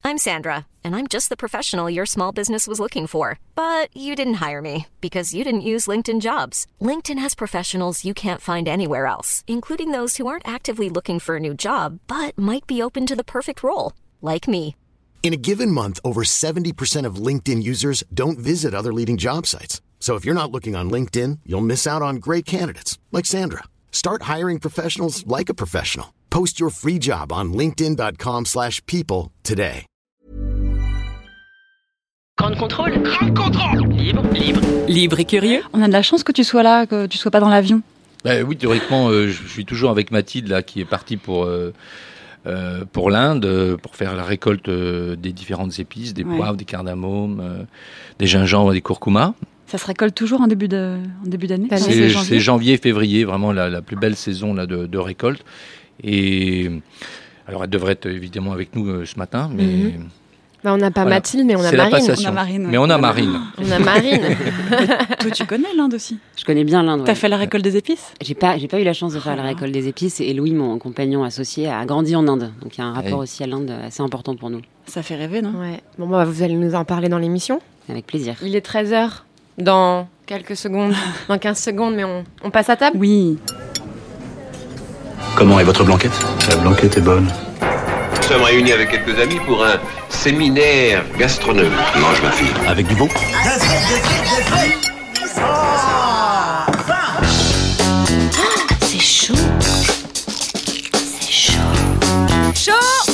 I'm Sandra, and I'm just the professional your small business was looking for. But you didn't hire me because you didn't use LinkedIn Jobs. LinkedIn has professionals you can't find anywhere else, including those who aren't actively looking for a new job, but might be open to the perfect role, like me. In a given month, over 70% of LinkedIn users don't visit other leading job sites. So if you're not looking on LinkedIn, you'll miss out on great candidates like Sandra. Start hiring professionals like a professional. Post your free job on linkedin.com/people today. Grande contrôle. Grande contrôle. Libre, libre. Libre et curieux. On a de la chance que tu sois là, que tu sois pas dans l'avion. Oui, théoriquement, je suis toujours avec Mathilde là, qui est partie pour l'Inde, pour faire la récolte des différentes épices, des poivres, des cardamomes, des gingembres, des curcumas. Ça se récolte toujours en début d'année. C'est janvier, février, vraiment la plus belle saison là, de récolte. Et alors, elle devrait être évidemment avec nous ce matin, mais... on n'a pas Mathilde, mais on a C'est Marine. la passation. Mais on a Marine. On a Marine. Toi, tu connais l'Inde aussi? Je connais bien l'Inde. T'as fait la récolte des épices? J'ai pas eu la chance de faire la récolte des épices. Et Louis, mon compagnon associé, a grandi en Inde. Donc il y a un rapport aussi à l'Inde assez important pour nous. Ça fait rêver, non? Ouais. Bon, vous allez nous en parler dans l'émission. Avec plaisir. Il est 13h dans quelques secondes, dans 15 secondes, mais on passe à table? Oui. Comment est votre blanquette? La blanquette est bonne. Nous sommes réunis avec quelques amis pour un séminaire gastronomique. Mange ma fille. Avec du bon? C'est chaud. C'est chaud. Chaud.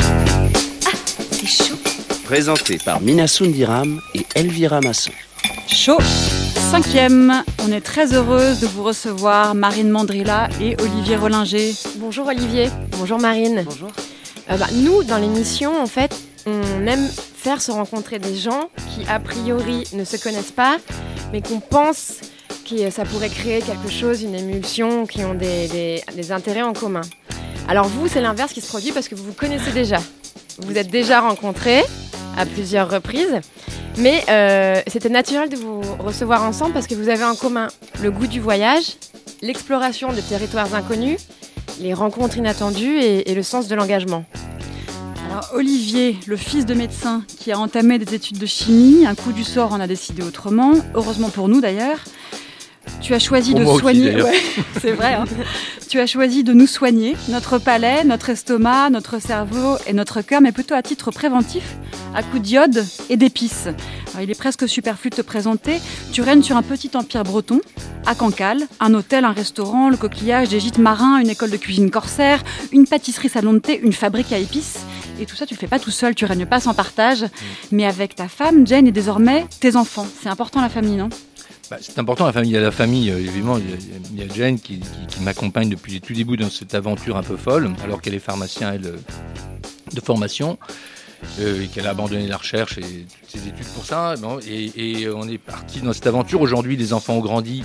C'est chaud. Présenté par Mina Sundiram et Elvira Masson. Chaud. 5e, on est très heureuse de vous recevoir, Marine Mandrilla et Olivier Rollinger. Bonjour Olivier. Bonjour Marine. Bonjour. Nous, dans l'émission, en fait, on aime faire se rencontrer des gens qui, a priori, ne se connaissent pas, mais qu'on pense que ça pourrait créer quelque chose, une émulsion, qui ont des intérêts en commun. Alors vous, c'est l'inverse qui se produit parce que vous vous connaissez déjà. Vous êtes déjà rencontrés à plusieurs reprises, mais c'était naturel de vous recevoir ensemble parce que vous avez en commun le goût du voyage, l'exploration de territoires inconnus, les rencontres inattendues et le sens de l'engagement. Alors Olivier, le fils de médecin qui a entamé des études de chimie, un coup du sort en a décidé autrement, heureusement pour nous d'ailleurs. Tu as choisi de soigner. C'est vrai. Hein. Tu as choisi de nous soigner, notre palais, notre estomac, notre cerveau et notre cœur, mais plutôt à titre préventif, à coups d'iode et d'épices. Alors, il est presque superflu de te présenter. Tu règnes sur un petit empire breton, à Cancale, un hôtel, un restaurant, le coquillage, des gîtes marins, une école de cuisine corsaire, une pâtisserie salon de thé, une fabrique à épices. Et tout ça, tu le fais pas tout seul, tu règnes pas sans partage, mais avec ta femme, Jane, et désormais tes enfants. C'est important la famille, non ? C'est important la famille. Il y a la famille, évidemment, il y a Jane qui m'accompagne depuis le tout début dans cette aventure un peu folle, alors qu'elle est pharmacien, elle, de formation, et qu'elle a abandonné la recherche et toutes ses études pour ça. Bon, et on est parti dans cette aventure. Aujourd'hui, les enfants ont grandi.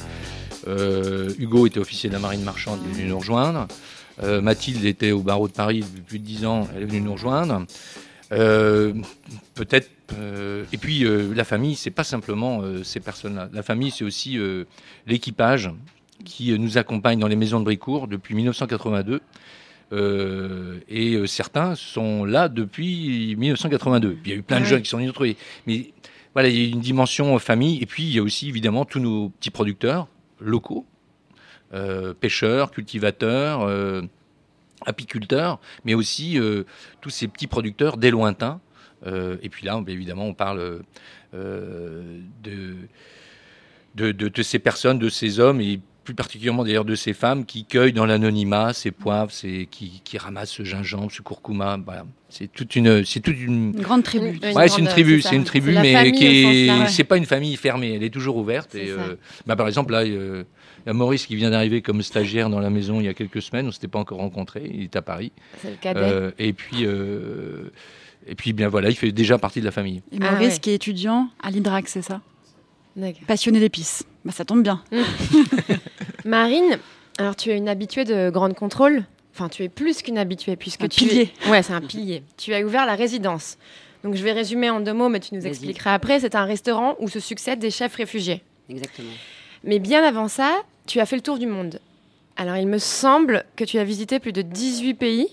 Hugo était officier de la marine marchande, il est venu nous rejoindre. Mathilde était au barreau de Paris depuis plus de 10 ans, elle est venue nous rejoindre. Peut-être. Et puis la famille, c'est pas simplement ces personnes-là. La famille, c'est aussi l'équipage qui nous accompagne dans les maisons de Brécourt depuis 1982. Et certains sont là depuis 1982. Il y a eu plein de jeunes qui sont venus nous retrouver. Mais voilà, il y a une dimension famille. Et puis il y a aussi évidemment tous nos petits producteurs locaux, pêcheurs, cultivateurs, apiculteurs, mais aussi tous ces petits producteurs des lointains. Et puis là, évidemment, on parle de ces personnes, de ces hommes, et plus particulièrement d'ailleurs de ces femmes qui cueillent dans l'anonymat ces poivres, qui ramassent ce gingembre, ce curcuma. Voilà. C'est toute une grande tribu. C'est une tribu, mais c'est pas une famille fermée. Elle est toujours ouverte. Et par exemple là. Il y a Maurice qui vient d'arriver comme stagiaire dans la maison il y a quelques semaines. On ne s'était pas encore rencontrés. Il est à Paris. C'est le cadet. Et puis, bien voilà, il fait déjà partie de la famille. Et Maurice qui est étudiant à l'Hydrac, c'est ça ? D'accord. Passionné d'épices. Ça tombe bien. Marine, alors tu es une habituée de Grande Contrôle. Enfin, tu es plus qu'une habituée puisque pilier. Ouais, c'est un pilier. Tu as ouvert la résidence. Donc, je vais résumer en 2 mots, mais tu nous expliqueras après. C'est un restaurant où se succèdent des chefs réfugiés. Exactement. Mais bien avant ça, tu as fait le tour du monde. Alors, il me semble que tu as visité plus de 18 pays.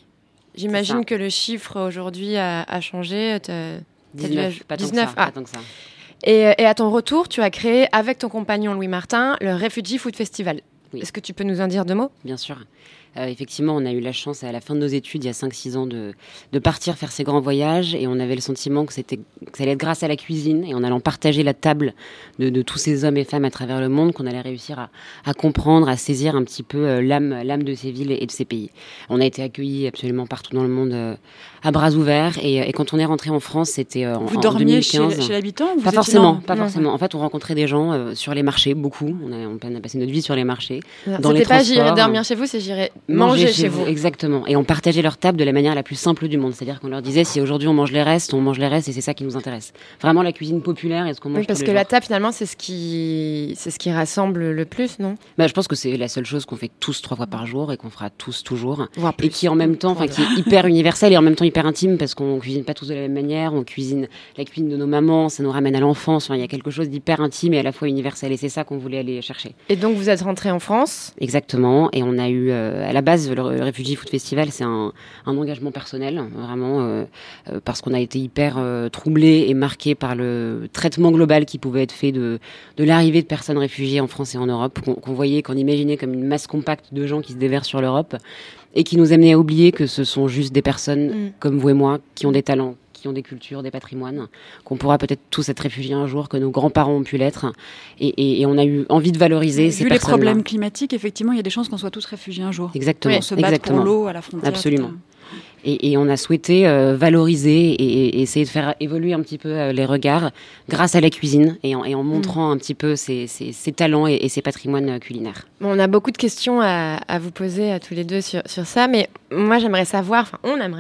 J'imagine que le chiffre aujourd'hui a changé. 19, pas tant 19. que ça, pas tant que ça. Et à ton retour, tu as créé avec ton compagnon Louis Martin le Refugee Food Festival. Oui. Est-ce que tu peux nous en dire 2 mots ? Bien sûr. Effectivement, on a eu la chance à la fin de nos études, il y a 5-6 ans, de partir faire ces grands voyages, et on avait le sentiment que ça allait être grâce à la cuisine et en allant partager la table de tous ces hommes et femmes à travers le monde qu'on allait réussir à comprendre, à saisir un petit peu l'âme de ces villes et de ces pays. On a été accueillis absolument partout dans le monde à bras ouverts, et quand on est rentré en France, c'était en 2015. Vous dormiez chez l'habitant ? Pas forcément. En fait, on rencontrait des gens sur les marchés, beaucoup. On a passé notre vie sur les marchés. Dans les transports. C'était pas j'irai dormir chez vous, c'est j'irai manger chez vous. Exactement. Et on partageait leur table de la manière la plus simple du monde. C'est-à-dire qu'on leur disait, si aujourd'hui on mange les restes, et c'est ça qui nous intéresse. Vraiment la cuisine populaire et ce qu'on mange. Oui, parce que la table, finalement, c'est ce qui rassemble le plus, non ? Je pense que c'est la seule chose qu'on fait tous 3 fois par jour et qu'on fera tous toujours. Et qui en même temps, qui est hyper universelle et en même temps hyper intime, parce qu'on cuisine pas tous de la même manière. On cuisine la cuisine de nos mamans, ça nous ramène à l'enfance. Il y a quelque chose d'hyper intime et à la fois universel. Et c'est ça qu'on voulait aller chercher. Et donc vous êtes rentré en France ? Exactement. Et on a eu, à la base, le Refugee Food Festival, c'est un engagement personnel, vraiment, parce qu'on a été hyper troublés et marqués par le traitement global qui pouvait être fait de l'arrivée de personnes réfugiées en France et en Europe, qu'on imaginait comme une masse compacte de gens qui se déversent sur l'Europe, et qui nous amenait à oublier que ce sont juste des personnes comme vous et moi, qui ont des talents, qui ont des cultures, des patrimoines, qu'on pourra peut-être tous être réfugiés un jour, que nos grands-parents ont pu l'être, et on a eu envie de valoriser ces personnes-là. Vu les problèmes climatiques, effectivement, il y a des chances qu'on soit tous réfugiés un jour. Exactement. On se bat pour l'eau à la frontière. Absolument. Et on a souhaité valoriser et essayer de faire évoluer un petit peu les regards grâce à la cuisine et en montrant un petit peu ses talents et ses patrimoines culinaires. Bon, on a beaucoup de questions à vous poser à tous les deux sur ça, mais moi on aimerait savoir,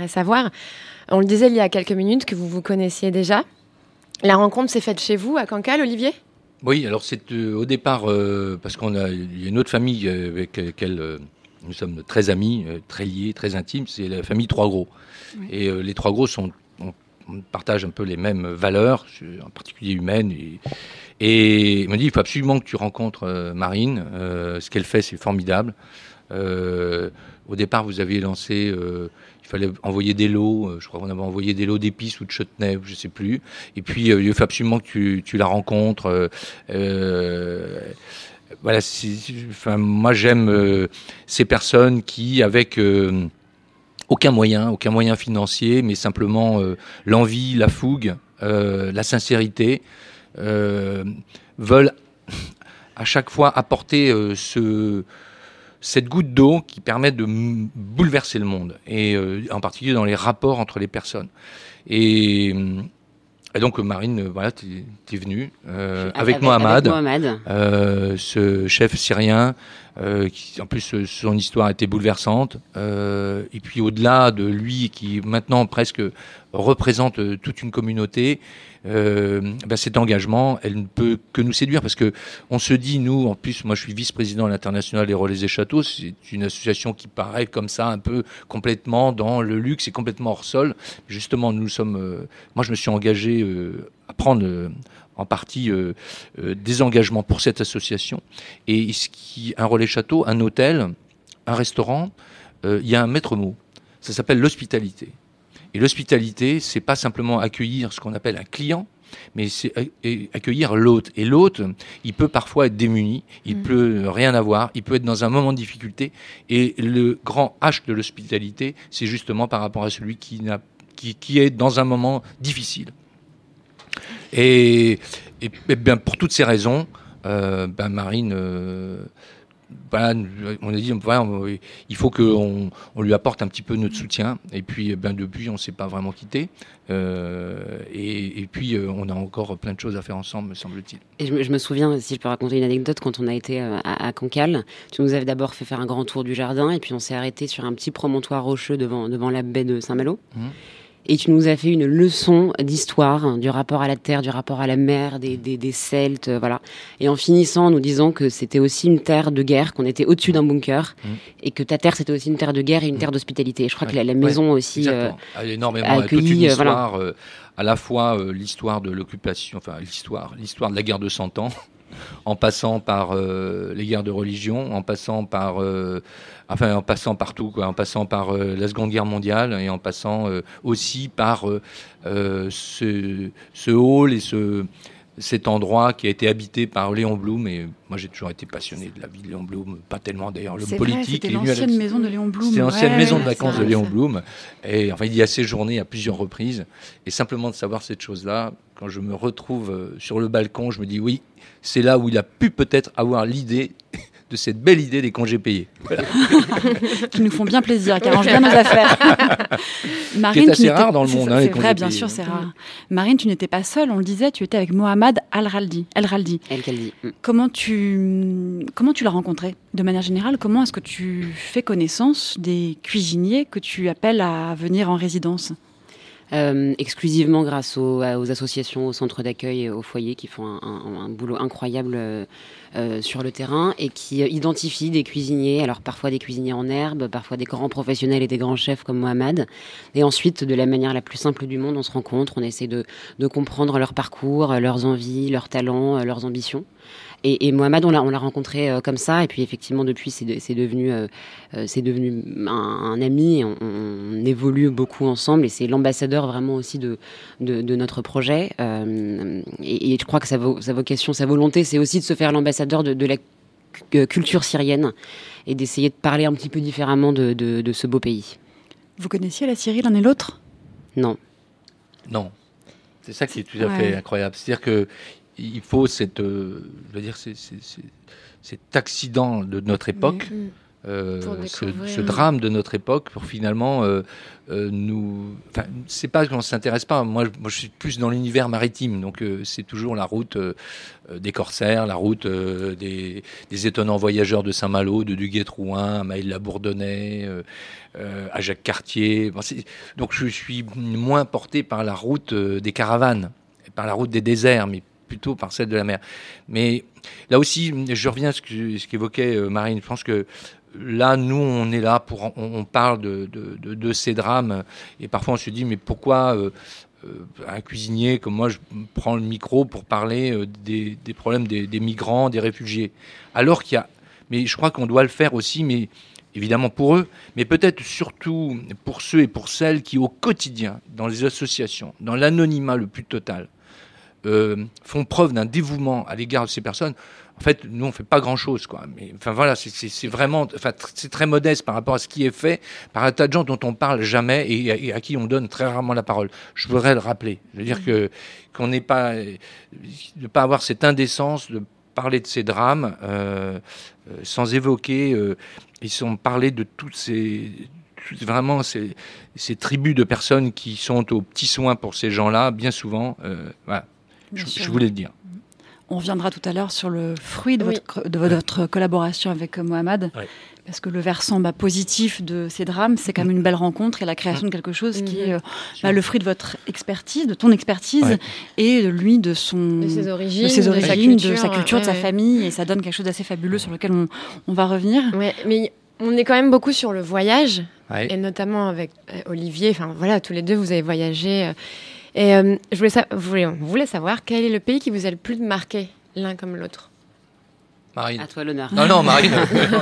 on le disait il y a quelques minutes, que vous vous connaissiez déjà. La rencontre s'est faite chez vous, à Cancale, Olivier ? Oui, alors c'est au départ, parce il y a une autre famille avec laquelle nous sommes très amis, très liés, très intimes, c'est la famille Trois-Gros. Oui. Et les Trois-Gros on partage un peu les mêmes valeurs, en particulier humaines. Et il m'a dit, il faut absolument que tu rencontres Marine. Ce qu'elle fait, c'est formidable. Au départ, vous aviez lancé... il fallait envoyer des lots. Je crois qu'on avait envoyé des lots d'épices ou de chutney, je ne sais plus. Et puis, il faut absolument que tu la rencontres. Voilà, moi j'aime ces personnes qui, avec aucun moyen financier, mais simplement l'envie, la fougue, la sincérité, veulent à chaque fois apporter cette goutte d'eau qui permet de bouleverser le monde, et en particulier dans les rapports entre les personnes. Et donc Marine, voilà, t'es venue avec Mohamed, ce chef syrien qui, en plus, son histoire était bouleversante. Et puis au-delà de lui, qui maintenant presque représente toute une communauté, cet engagement, elle ne peut que nous séduire, parce que on se dit, nous, en plus, moi je suis vice-président à l'International des Relais et Châteaux, c'est une association qui paraît comme ça un peu complètement dans le luxe et complètement hors sol. Justement, nous sommes, moi je me suis engagé à prendre en partie des engagements pour cette association, et un relais château, un hôtel, un restaurant, il y a un maître mot, ça s'appelle l'hospitalité. Et l'hospitalité, c'est pas simplement accueillir ce qu'on appelle un client, mais c'est accueillir l'hôte. Et l'hôte, il peut parfois être démuni, il peut rien avoir, il peut être dans un moment de difficulté. Et le grand H de l'hospitalité, c'est justement par rapport à celui qui est dans un moment difficile. Et bien, pour toutes ces raisons, Marine... Voilà, on a dit, voilà, il faut qu'on lui apporte un petit peu notre soutien. Et puis, depuis, on ne s'est pas vraiment quitté. Et puis, on a encore plein de choses à faire ensemble, me semble-t-il. Et je me souviens, si je peux raconter une anecdote, quand on a été à Cancale, tu nous avais d'abord fait faire un grand tour du jardin, et puis on s'est arrêté sur un petit promontoire rocheux devant la baie de Saint-Malo. Et tu nous as fait une leçon d'histoire, du rapport à la terre, du rapport à la mer, des Celtes, voilà. Et en finissant, en nous disant que c'était aussi une terre de guerre, qu'on était au-dessus d'un bunker, et que ta terre, c'était aussi une terre de guerre et une terre d'hospitalité. Et je crois que la maison aussi a énormément, toute une histoire, à la fois l'histoire de l'occupation, enfin l'histoire de la guerre de 100 ans, en passant par les guerres de religion, en passant par en passant partout, quoi, en passant par la Seconde Guerre mondiale et en passant aussi par ce hall et cet endroit qui a été habité par Léon Blum. Et moi, j'ai toujours été passionné de la vie de Léon Blum, pas tellement d'ailleurs l'homme politique. C'était l'ancienne maison de Léon Blum. C'était l'ancienne maison de vacances de Léon Blum. Et enfin, il y a séjourné à plusieurs reprises. Et simplement de savoir cette chose-là, quand je me retrouve sur le balcon, je me dis oui, c'est là où il a pu peut-être avoir l'idée de cette belle idée des congés payés. Voilà. Qui nous font bien plaisir, qui arrangent bien nos affaires. Marine, c'est assez rare dans le monde. C'est vrai, bien sûr, c'est rare. Marine, tu n'étais pas seule, on le disait, tu étais avec Mohamed El-Raldi. Comment tu l'as rencontré? De manière générale, comment est-ce que tu fais connaissance des cuisiniers que tu appelles à venir en résidence? Exclusivement grâce aux associations, aux centres d'accueil et aux foyers qui font un boulot incroyable sur le terrain et qui identifient des cuisiniers, alors parfois des cuisiniers en herbe, parfois des grands professionnels et des grands chefs comme Mohamed. Et ensuite, de la manière la plus simple du monde, on se rencontre, on essaie de comprendre leur parcours, leurs envies, leurs talents, leurs ambitions. Et Mohamed, on l'a rencontré comme ça, et puis effectivement depuis c'est devenu un ami. On évolue beaucoup ensemble, et c'est l'ambassadeur vraiment aussi de notre projet. Et je crois que sa vocation, sa volonté, c'est aussi de se faire l'ambassadeur de la culture syrienne et d'essayer de parler un petit peu différemment de ce beau pays. Vous connaissiez la Syrie l'un et l'autre? Non. C'est ça qui est tout à fait incroyable. C'est-à-dire que il faut cet accident de notre époque, ce drame de notre époque, pour finalement nous. Enfin, c'est pas qu'on s'intéresse pas. Moi, je suis plus dans l'univers maritime, donc c'est toujours la route des corsaires, la route des étonnants voyageurs de Saint-Malo, de Duguay-Trouin, à Maïl-la-Bourdonnais, à Jacques Cartier. Donc, je suis moins porté par la route des caravanes, par la route des déserts, mais plutôt par celle de la mer. Mais là aussi, je reviens à ce qu'évoquait Marine. Je pense que là, nous, on est là on parle de ces drames, et parfois on se dit, mais pourquoi un cuisinier comme moi, je prends le micro pour parler des problèmes des migrants, des réfugiés, alors qu'il y a... Mais je crois qu'on doit le faire aussi, mais évidemment pour eux, mais peut-être surtout pour ceux et pour celles qui, au quotidien, dans les associations, dans l'anonymat le plus total, font preuve d'un dévouement à l'égard de ces personnes. En fait, nous, on fait pas grand-chose, quoi. Mais enfin voilà, c'est vraiment, enfin, c'est très modeste par rapport à ce qui est fait par un tas de gens dont on parle jamais et à qui on donne très rarement la parole. Je voudrais le rappeler. Je veux dire qu'on n'est pas, de pas avoir cette indécence de parler de ces drames sans évoquer et sans parler de toutes ces tribus de personnes qui sont aux petits soins pour ces gens-là, bien souvent. Voilà. Je voulais le dire. On reviendra tout à l'heure sur le fruit de votre collaboration avec Mohamed, parce que le versant positif de ces drames, c'est quand même une belle rencontre et la création de quelque chose qui est le fruit de votre expertise, de ton expertise, et de ses origines, de sa culture, de sa famille, et ça donne quelque chose d'assez fabuleux sur lequel on va revenir. Ouais, mais on est quand même beaucoup sur le voyage, et notamment avec Olivier. Enfin voilà, tous les deux, vous avez voyagé. Et on voulait savoir quel est le pays qui vous a le plus marqué, l'un comme l'autre. Marine. À toi l'honneur. Non, Marine.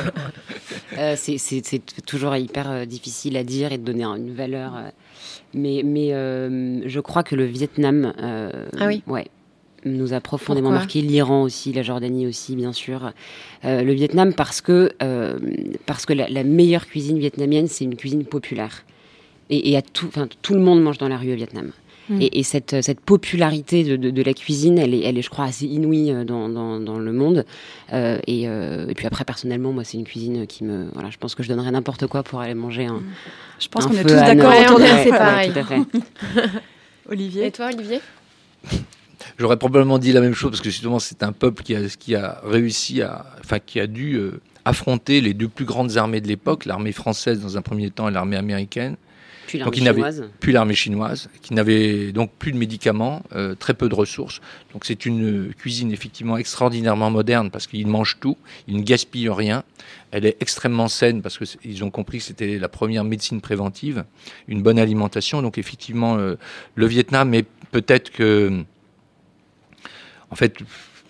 C'est toujours hyper difficile à dire et de donner une valeur. Mais je crois que le Vietnam nous a profondément marqué. L'Iran aussi, la Jordanie aussi, bien sûr. Le Vietnam parce que la meilleure cuisine vietnamienne, c'est une cuisine populaire. Et tout le monde mange dans la rue au Vietnam. Et cette popularité de la cuisine, elle est, je crois, assez inouïe dans le monde. Et puis après, personnellement, moi, c'est une cuisine qui me... Voilà, je pense que je donnerais n'importe quoi pour aller manger un... Je pense qu'on est tous d'accord autour de ça, c'est pareil. Tout à fait. Olivier. Et toi, Olivier? J'aurais probablement dit la même chose, parce que justement, c'est un peuple qui a réussi qui a dû affronter les deux plus grandes armées de l'époque, l'armée française dans un premier temps et l'armée américaine. Puis l'armée chinoise, qui n'avait donc plus de médicaments, très peu de ressources. Donc c'est une cuisine effectivement extraordinairement moderne parce qu'ils mangent tout, ils ne gaspillent rien. Elle est extrêmement saine parce qu'ils ont compris que c'était la première médecine préventive, une bonne alimentation. Donc effectivement, le Vietnam, mais peut-être que, en fait,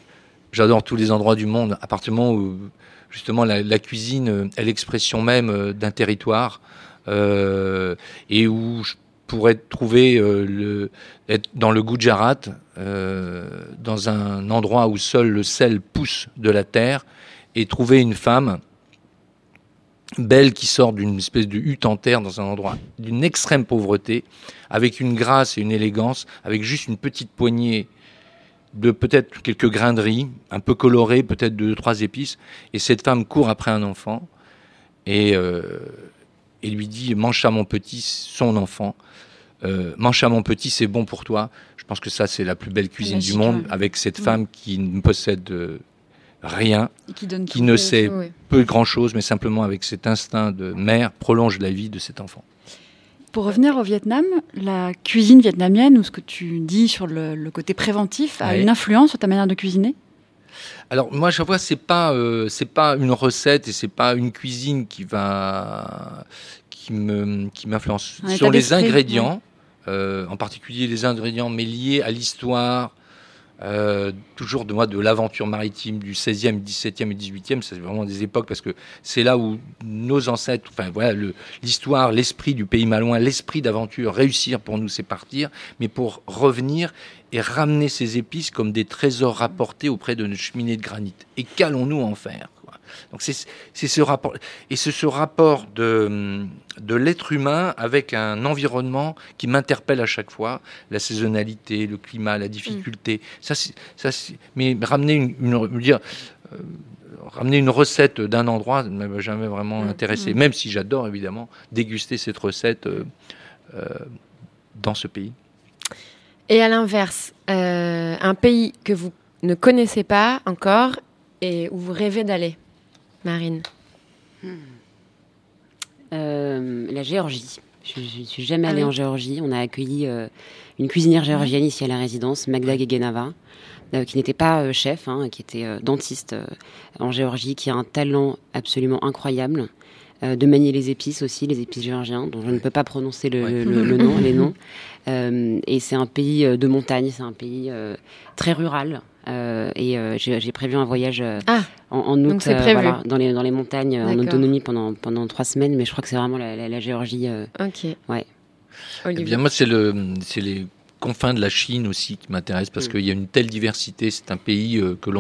j'adore tous les endroits du monde, à partir du moment où justement la cuisine est l'expression même d'un territoire, et où je pourrais trouver être dans le Gujarat, dans un endroit où seul le sel pousse de la terre, et trouver une femme belle qui sort d'une espèce de hutte en terre dans un endroit d'une extrême pauvreté, avec une grâce et une élégance, avec juste une petite poignée de peut-être quelques grains de riz, un peu colorés, peut-être 2-3 épices, et cette femme court après un enfant et lui dit « Mange ça mon petit, son enfant, mange ça mon petit, c'est bon pour toi ». Je pense que ça c'est la plus belle cuisine du monde, avec cette femme qui ne possède rien, qui ne sait peu grand-chose, mais simplement avec cet instinct de mère, prolonge la vie de cet enfant. Pour revenir au Vietnam, la cuisine vietnamienne, ou ce que tu dis sur le côté préventif, a une influence sur ta manière de cuisiner ? Alors moi, je vois, c'est pas une recette et c'est pas une cuisine qui m'influence. Sur les ingrédients, en particulier les ingrédients, mais liés à l'histoire. Toujours de l'aventure maritime du 16e, 17e et 18e, c'est vraiment des époques parce que c'est là où nos ancêtres, l'histoire, l'esprit du pays malouin, l'esprit d'aventure, réussir pour nous c'est partir, mais pour revenir et ramener ces épices comme des trésors rapportés auprès de notre cheminée de granit. Et qu'allons-nous en faire ? Donc c'est ce rapport, et c'est ce rapport de l'être humain avec un environnement qui m'interpelle à chaque fois, la saisonnalité, le climat, la difficulté. Mais ramener une recette d'un endroit ne m'a jamais vraiment intéressé, même si j'adore évidemment déguster cette recette dans ce pays. Et à l'inverse, un pays que vous ne connaissez pas encore et où vous rêvez d'aller, Marine. La Géorgie. Je ne suis jamais allée en Géorgie. On a accueilli une cuisinière géorgienne ici à la résidence, Magda Gegenava, qui n'était pas chef, qui était dentiste en Géorgie, qui a un talent absolument incroyable de manier les épices aussi, les épices géorgiens, dont je ne peux pas prononcer les noms. Et c'est un pays de montagne, c'est un pays très rural. J'ai prévu un voyage en août dans les montagnes. D'accord. En autonomie pendant 3 semaines, mais je crois que c'est vraiment la Géorgie. Ok. Ouais. Eh bien, moi, c'est les confins de la Chine aussi qui m'intéressent parce qu'il y a une telle diversité. C'est un pays que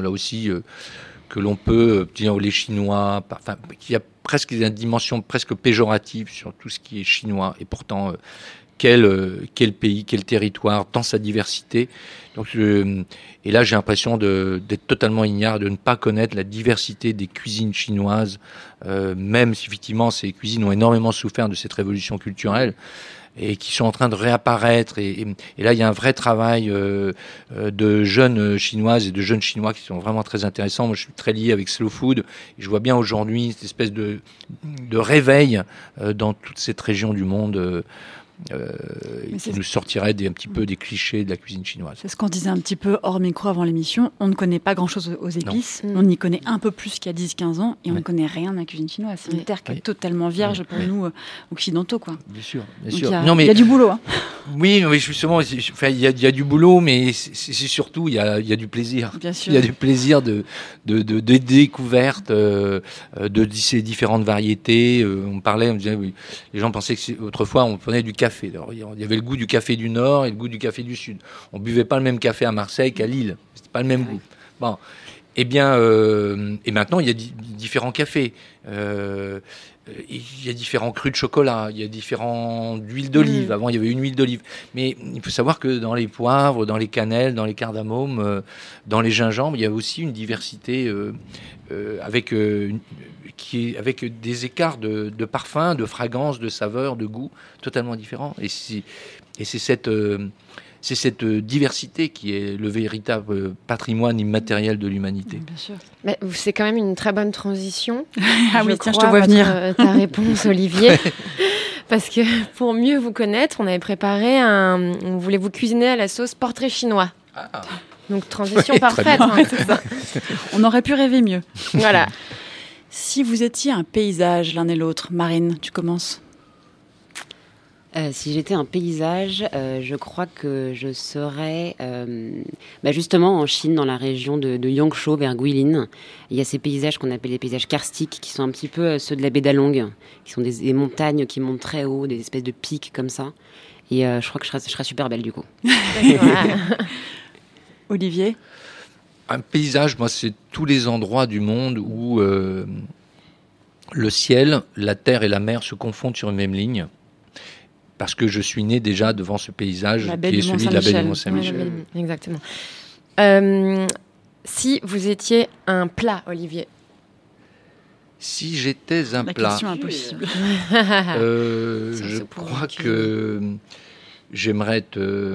l'on peut dire les Chinois, qui a presque une dimension presque péjorative sur tout ce qui est chinois, et pourtant quel pays, quel territoire dans sa diversité. Donc, et là, j'ai l'impression d'être totalement ignare, de ne pas connaître la diversité des cuisines chinoises, même si effectivement ces cuisines ont énormément souffert de cette révolution culturelle et qui sont en train de réapparaître. Et là, il y a un vrai travail de jeunes chinoises et de jeunes chinois qui sont vraiment très intéressants. Moi, je suis très lié avec Slow Food et je vois bien aujourd'hui cette espèce de réveil dans toute cette région du monde. Qui nous sortirait un petit peu des clichés de la cuisine chinoise. C'est ce qu'on disait un petit peu hors micro avant l'émission. On ne connaît pas grand-chose aux épices. On y connaît un peu plus qu'il y a 10-15 ans et on ne connaît rien de la cuisine chinoise. C'est une terre qui est totalement vierge pour nous occidentaux, quoi. Bien sûr. Il y a du boulot. Hein. Oui, mais justement, il y a du boulot, mais c'est surtout il y a du plaisir. Bien sûr. Il y a du plaisir de découverte de ces différentes variétés. On disait, les gens pensaient que autrefois on prenait du café. Alors, il y avait le goût du café du Nord et le goût du café du Sud. On buvait pas le même café à Marseille qu'à Lille. C'était pas le même goût. Bon, eh bien, et maintenant il y a différents cafés. Il y a différents crus de chocolat, il y a différentes huiles d'olive. Avant, il y avait une huile d'olive. Mais il faut savoir que dans les poivres, dans les cannelles, dans les cardamomes, dans les gingembres, il y a aussi une diversité avec des écarts de parfums, de fragrances, de saveurs, de goûts totalement différents. Et c'est cette diversité qui est le véritable patrimoine immatériel de l'humanité. Bien sûr. Mais c'est quand même une très bonne transition. Je te vois venir. Ta réponse, Olivier. Parce que pour mieux vous connaître, on avait préparé on voulait vous cuisiner à la sauce portrait chinois. Ah. Donc transition parfaite. C'est ça. On aurait pu rêver mieux. Voilà. Si vous étiez un paysage l'un et l'autre, Marine, tu commences. Si j'étais un paysage, je crois que je serais justement en Chine, dans la région de Yangshuo, vers Guilin. Il y a ces paysages qu'on appelle les paysages karstiques, qui sont un petit peu ceux de la baie d'Along, qui sont des montagnes qui montent très haut, des espèces de pics comme ça. Et je crois que je serais super belle du coup. Olivier ? Un paysage, moi, c'est tous les endroits du monde où le ciel, la terre et la mer se confondent sur une même ligne. Parce que je suis né déjà devant ce paysage qui est celui de la baie du Mont-Saint-Michel. Exactement. Si vous étiez un plat, Olivier. Si j'étais un plat... La question impossible. Je crois que j'aimerais te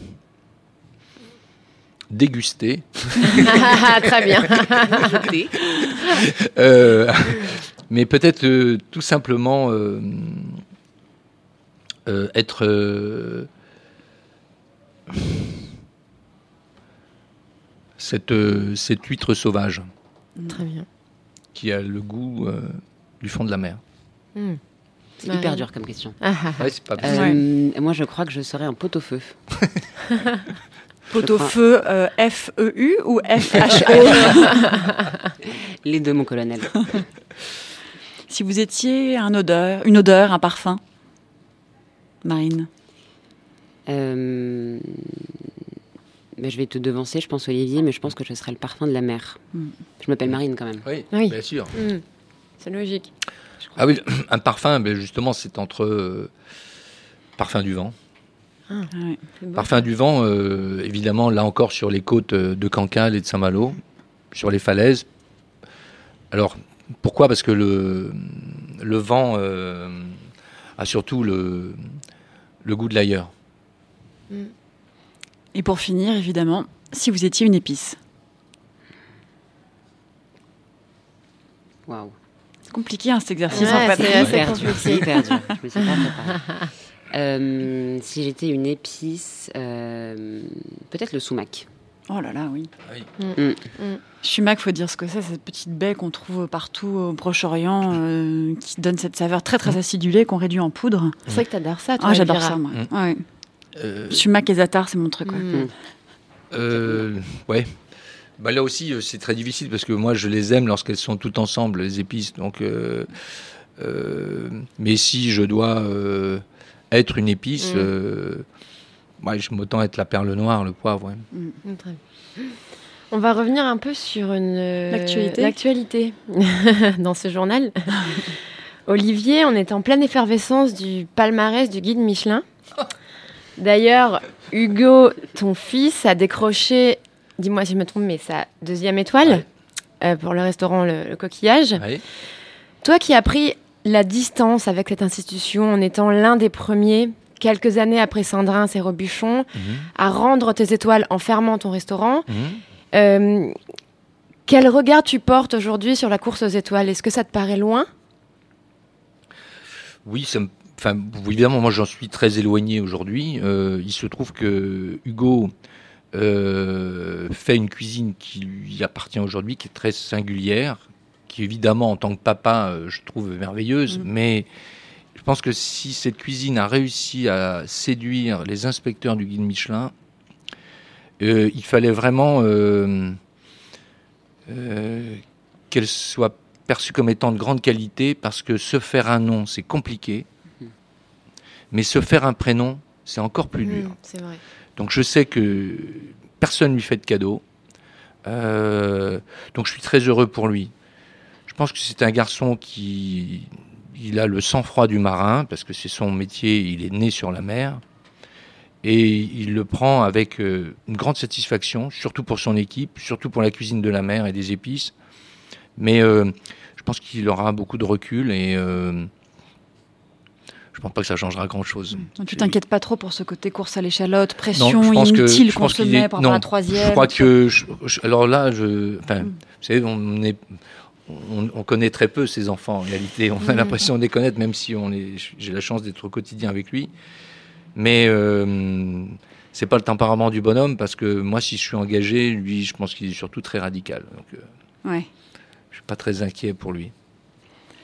déguster. Très bien. Mais peut-être tout simplement... être cette huître sauvage. Très bien. Qui a le goût du fond de la mer. C'est hyper dur comme question. Ouais, c'est pas moi, je crois que je serais un pot-au-feu. Pot-au-feu, F-E-U ou F-H-E? Les deux, mon colonel. Si vous étiez une odeur, un parfum, Marine. Je vais te devancer, je pense, Olivier, mais je pense que je serais le parfum de la mer. Je m'appelle Marine, quand même. Oui. Bien sûr. C'est logique. Ah oui, un parfum, justement, c'est entre parfum du vent. Ouais. Parfum du vent, évidemment, là encore, sur les côtes de Cancale et de Saint-Malo, sur les falaises. Alors, pourquoi ? Parce que le vent a surtout le goût de l'ailleurs. Et pour finir, évidemment, si vous étiez une épice. Waouh. C'est compliqué cet exercice en fait. C'est hyper dur. Je me suis pas préparée. Si j'étais une épice, peut-être le sumac. Oh là là, oui. Sumac, faut dire ce que c'est, cette petite baie qu'on trouve partout au Proche-Orient, qui donne cette saveur très très acidulée qu'on réduit en poudre. C'est vrai que t'adores ça, toi. Ah, j'adore ça, moi. Ouais. Sumac et za'atar, c'est mon truc. Ouais. Là aussi, c'est très difficile parce que moi, je les aime lorsqu'elles sont toutes ensemble, les épices. Donc, mais si je dois être une épice, je m'autant être la perle noire, le poivre. Ouais. Très bien. On va revenir un peu sur l'actualité dans ce journal. Olivier, on est en pleine effervescence du palmarès du guide Michelin. D'ailleurs, Hugo, ton fils, a décroché, dis-moi si je me trompe, mais sa 2e étoile pour le restaurant Le Coquillage. Ouais. Toi qui as pris la distance avec cette institution en étant l'un des premiers, quelques années après Saint-Drin et Robuchon, à rendre tes étoiles en fermant ton restaurant, quel regard tu portes aujourd'hui sur la course aux étoiles ? Est-ce que ça te paraît loin ? Oui, évidemment, moi j'en suis très éloigné aujourd'hui. Il se trouve que Hugo fait une cuisine qui lui appartient aujourd'hui, qui est très singulière, qui évidemment en tant que papa, je trouve merveilleuse, mais je pense que si cette cuisine a réussi à séduire les inspecteurs du guide Michelin, il fallait vraiment qu'elle soit perçue comme étant de grande qualité, parce que se faire un nom, c'est compliqué. Mais se faire un prénom, c'est encore plus dur. C'est vrai. Donc je sais que personne ne lui fait de cadeau. Donc je suis très heureux pour lui. Je pense que c'est un garçon qui a le sang-froid du marin, parce que c'est son métier, il est né sur la mer. Et il le prend avec une grande satisfaction, surtout pour son équipe, surtout pour la cuisine de la mer et des épices. Mais je pense qu'il aura beaucoup de recul et je pense pas que ça changera grand-chose. Donc, tu t'inquiètes pas trop pour ce côté course à l'échalote, pression inutile qu'on se met par rapport à la 3e. Je crois que... alors là, vous savez, on connaît très peu ces enfants, en réalité. On a l'impression de les connaître, même si j'ai la chance d'être au quotidien avec lui. Mais c'est pas le tempérament du bonhomme, parce que moi, si je suis engagé, lui, je pense qu'il est surtout très radical. Donc, je suis pas très inquiet pour lui.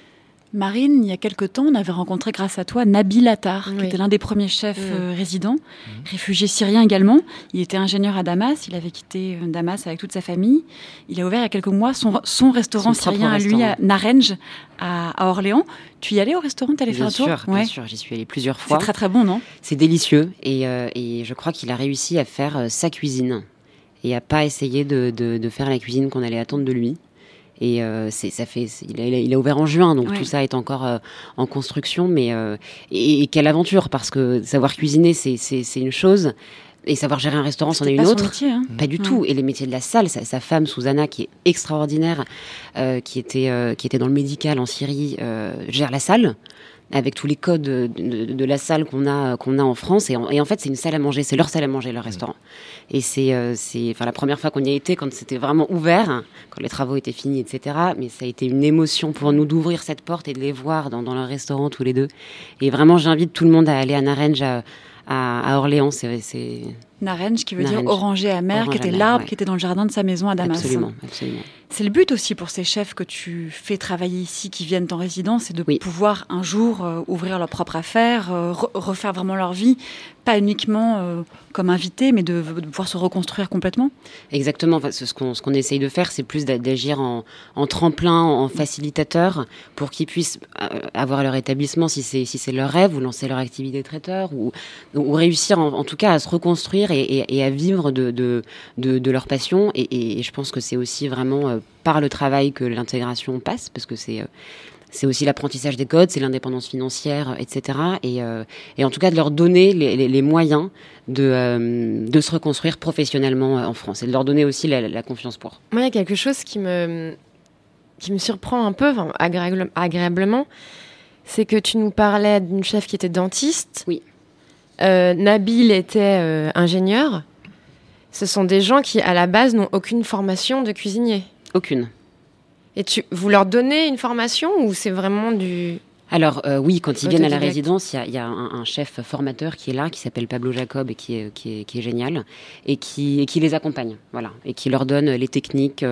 Marine, il y a quelque temps, on avait rencontré grâce à toi Nabil Attar, qui était l'un des premiers chefs résidents, réfugié syrien également. Il était ingénieur à Damas, il avait quitté Damas avec toute sa famille. Il a ouvert il y a quelques mois son restaurant syrien à lui, à Naranj, à Orléans. Tu y allais au restaurant, tu allais faire un tour ? Bien sûr, j'y suis allée plusieurs fois. C'est très très bon, non ? C'est délicieux et je crois qu'il a réussi à faire sa cuisine et à pas essayer de faire la cuisine qu'on allait attendre de lui. Et il a ouvert en juin, donc tout ça est encore en construction. Mais et quelle aventure, parce que savoir cuisiner, c'est une chose, et savoir gérer un restaurant, c'en est une autre. Métier, hein. Pas du tout. Et les métiers de la salle, sa femme Susanna, qui est extraordinaire, qui était dans le médical en Syrie, gère la salle, avec tous les codes de la salle qu'on a en France. Et en fait, c'est une salle à manger. C'est leur salle à manger, leur restaurant. Et c'est la première fois qu'on y a été, quand c'était vraiment ouvert, quand les travaux étaient finis, etc. Mais ça a été une émotion pour nous d'ouvrir cette porte et de les voir dans leur restaurant tous les deux. Et vraiment, j'invite tout le monde à aller à Naranj, à Orléans. C'est Naranj, qui veut dire oranger amer, qui était l'arbre qui était dans le jardin de sa maison à Damas. Absolument. C'est le but aussi pour ces chefs que tu fais travailler ici, qui viennent en résidence, c'est de pouvoir un jour ouvrir leur propre affaire, refaire vraiment leur vie, pas uniquement comme invité, mais de pouvoir se reconstruire complètement. Exactement. Enfin, ce qu'on essaye de faire, c'est plus d'agir en tremplin, en facilitateur, pour qu'ils puissent avoir leur établissement si c'est leur rêve, ou lancer leur activité de traiteur, ou réussir en tout cas à se reconstruire et à vivre de leur passion. Et je pense que c'est aussi vraiment par le travail que l'intégration passe, parce que c'est aussi l'apprentissage des codes, c'est l'indépendance financière, etc. Et en tout cas de leur donner les moyens de se reconstruire professionnellement en France, et de leur donner aussi la confiance pour. Moi, il y a quelque chose qui me surprend un peu, agréablement, c'est que tu nous parlais d'une chef qui était dentiste. Oui. Nabil était ingénieur. Ce sont des gens qui, à la base, n'ont aucune formation de cuisinier. Aucune. Et vous leur donnez une formation, ou c'est vraiment du... Alors oui, quand ils viennent à la résidence, il y a un chef formateur qui est là, qui s'appelle Pablo Jacob, et qui est génial, et qui les accompagne, voilà, et qui leur donne les techniques,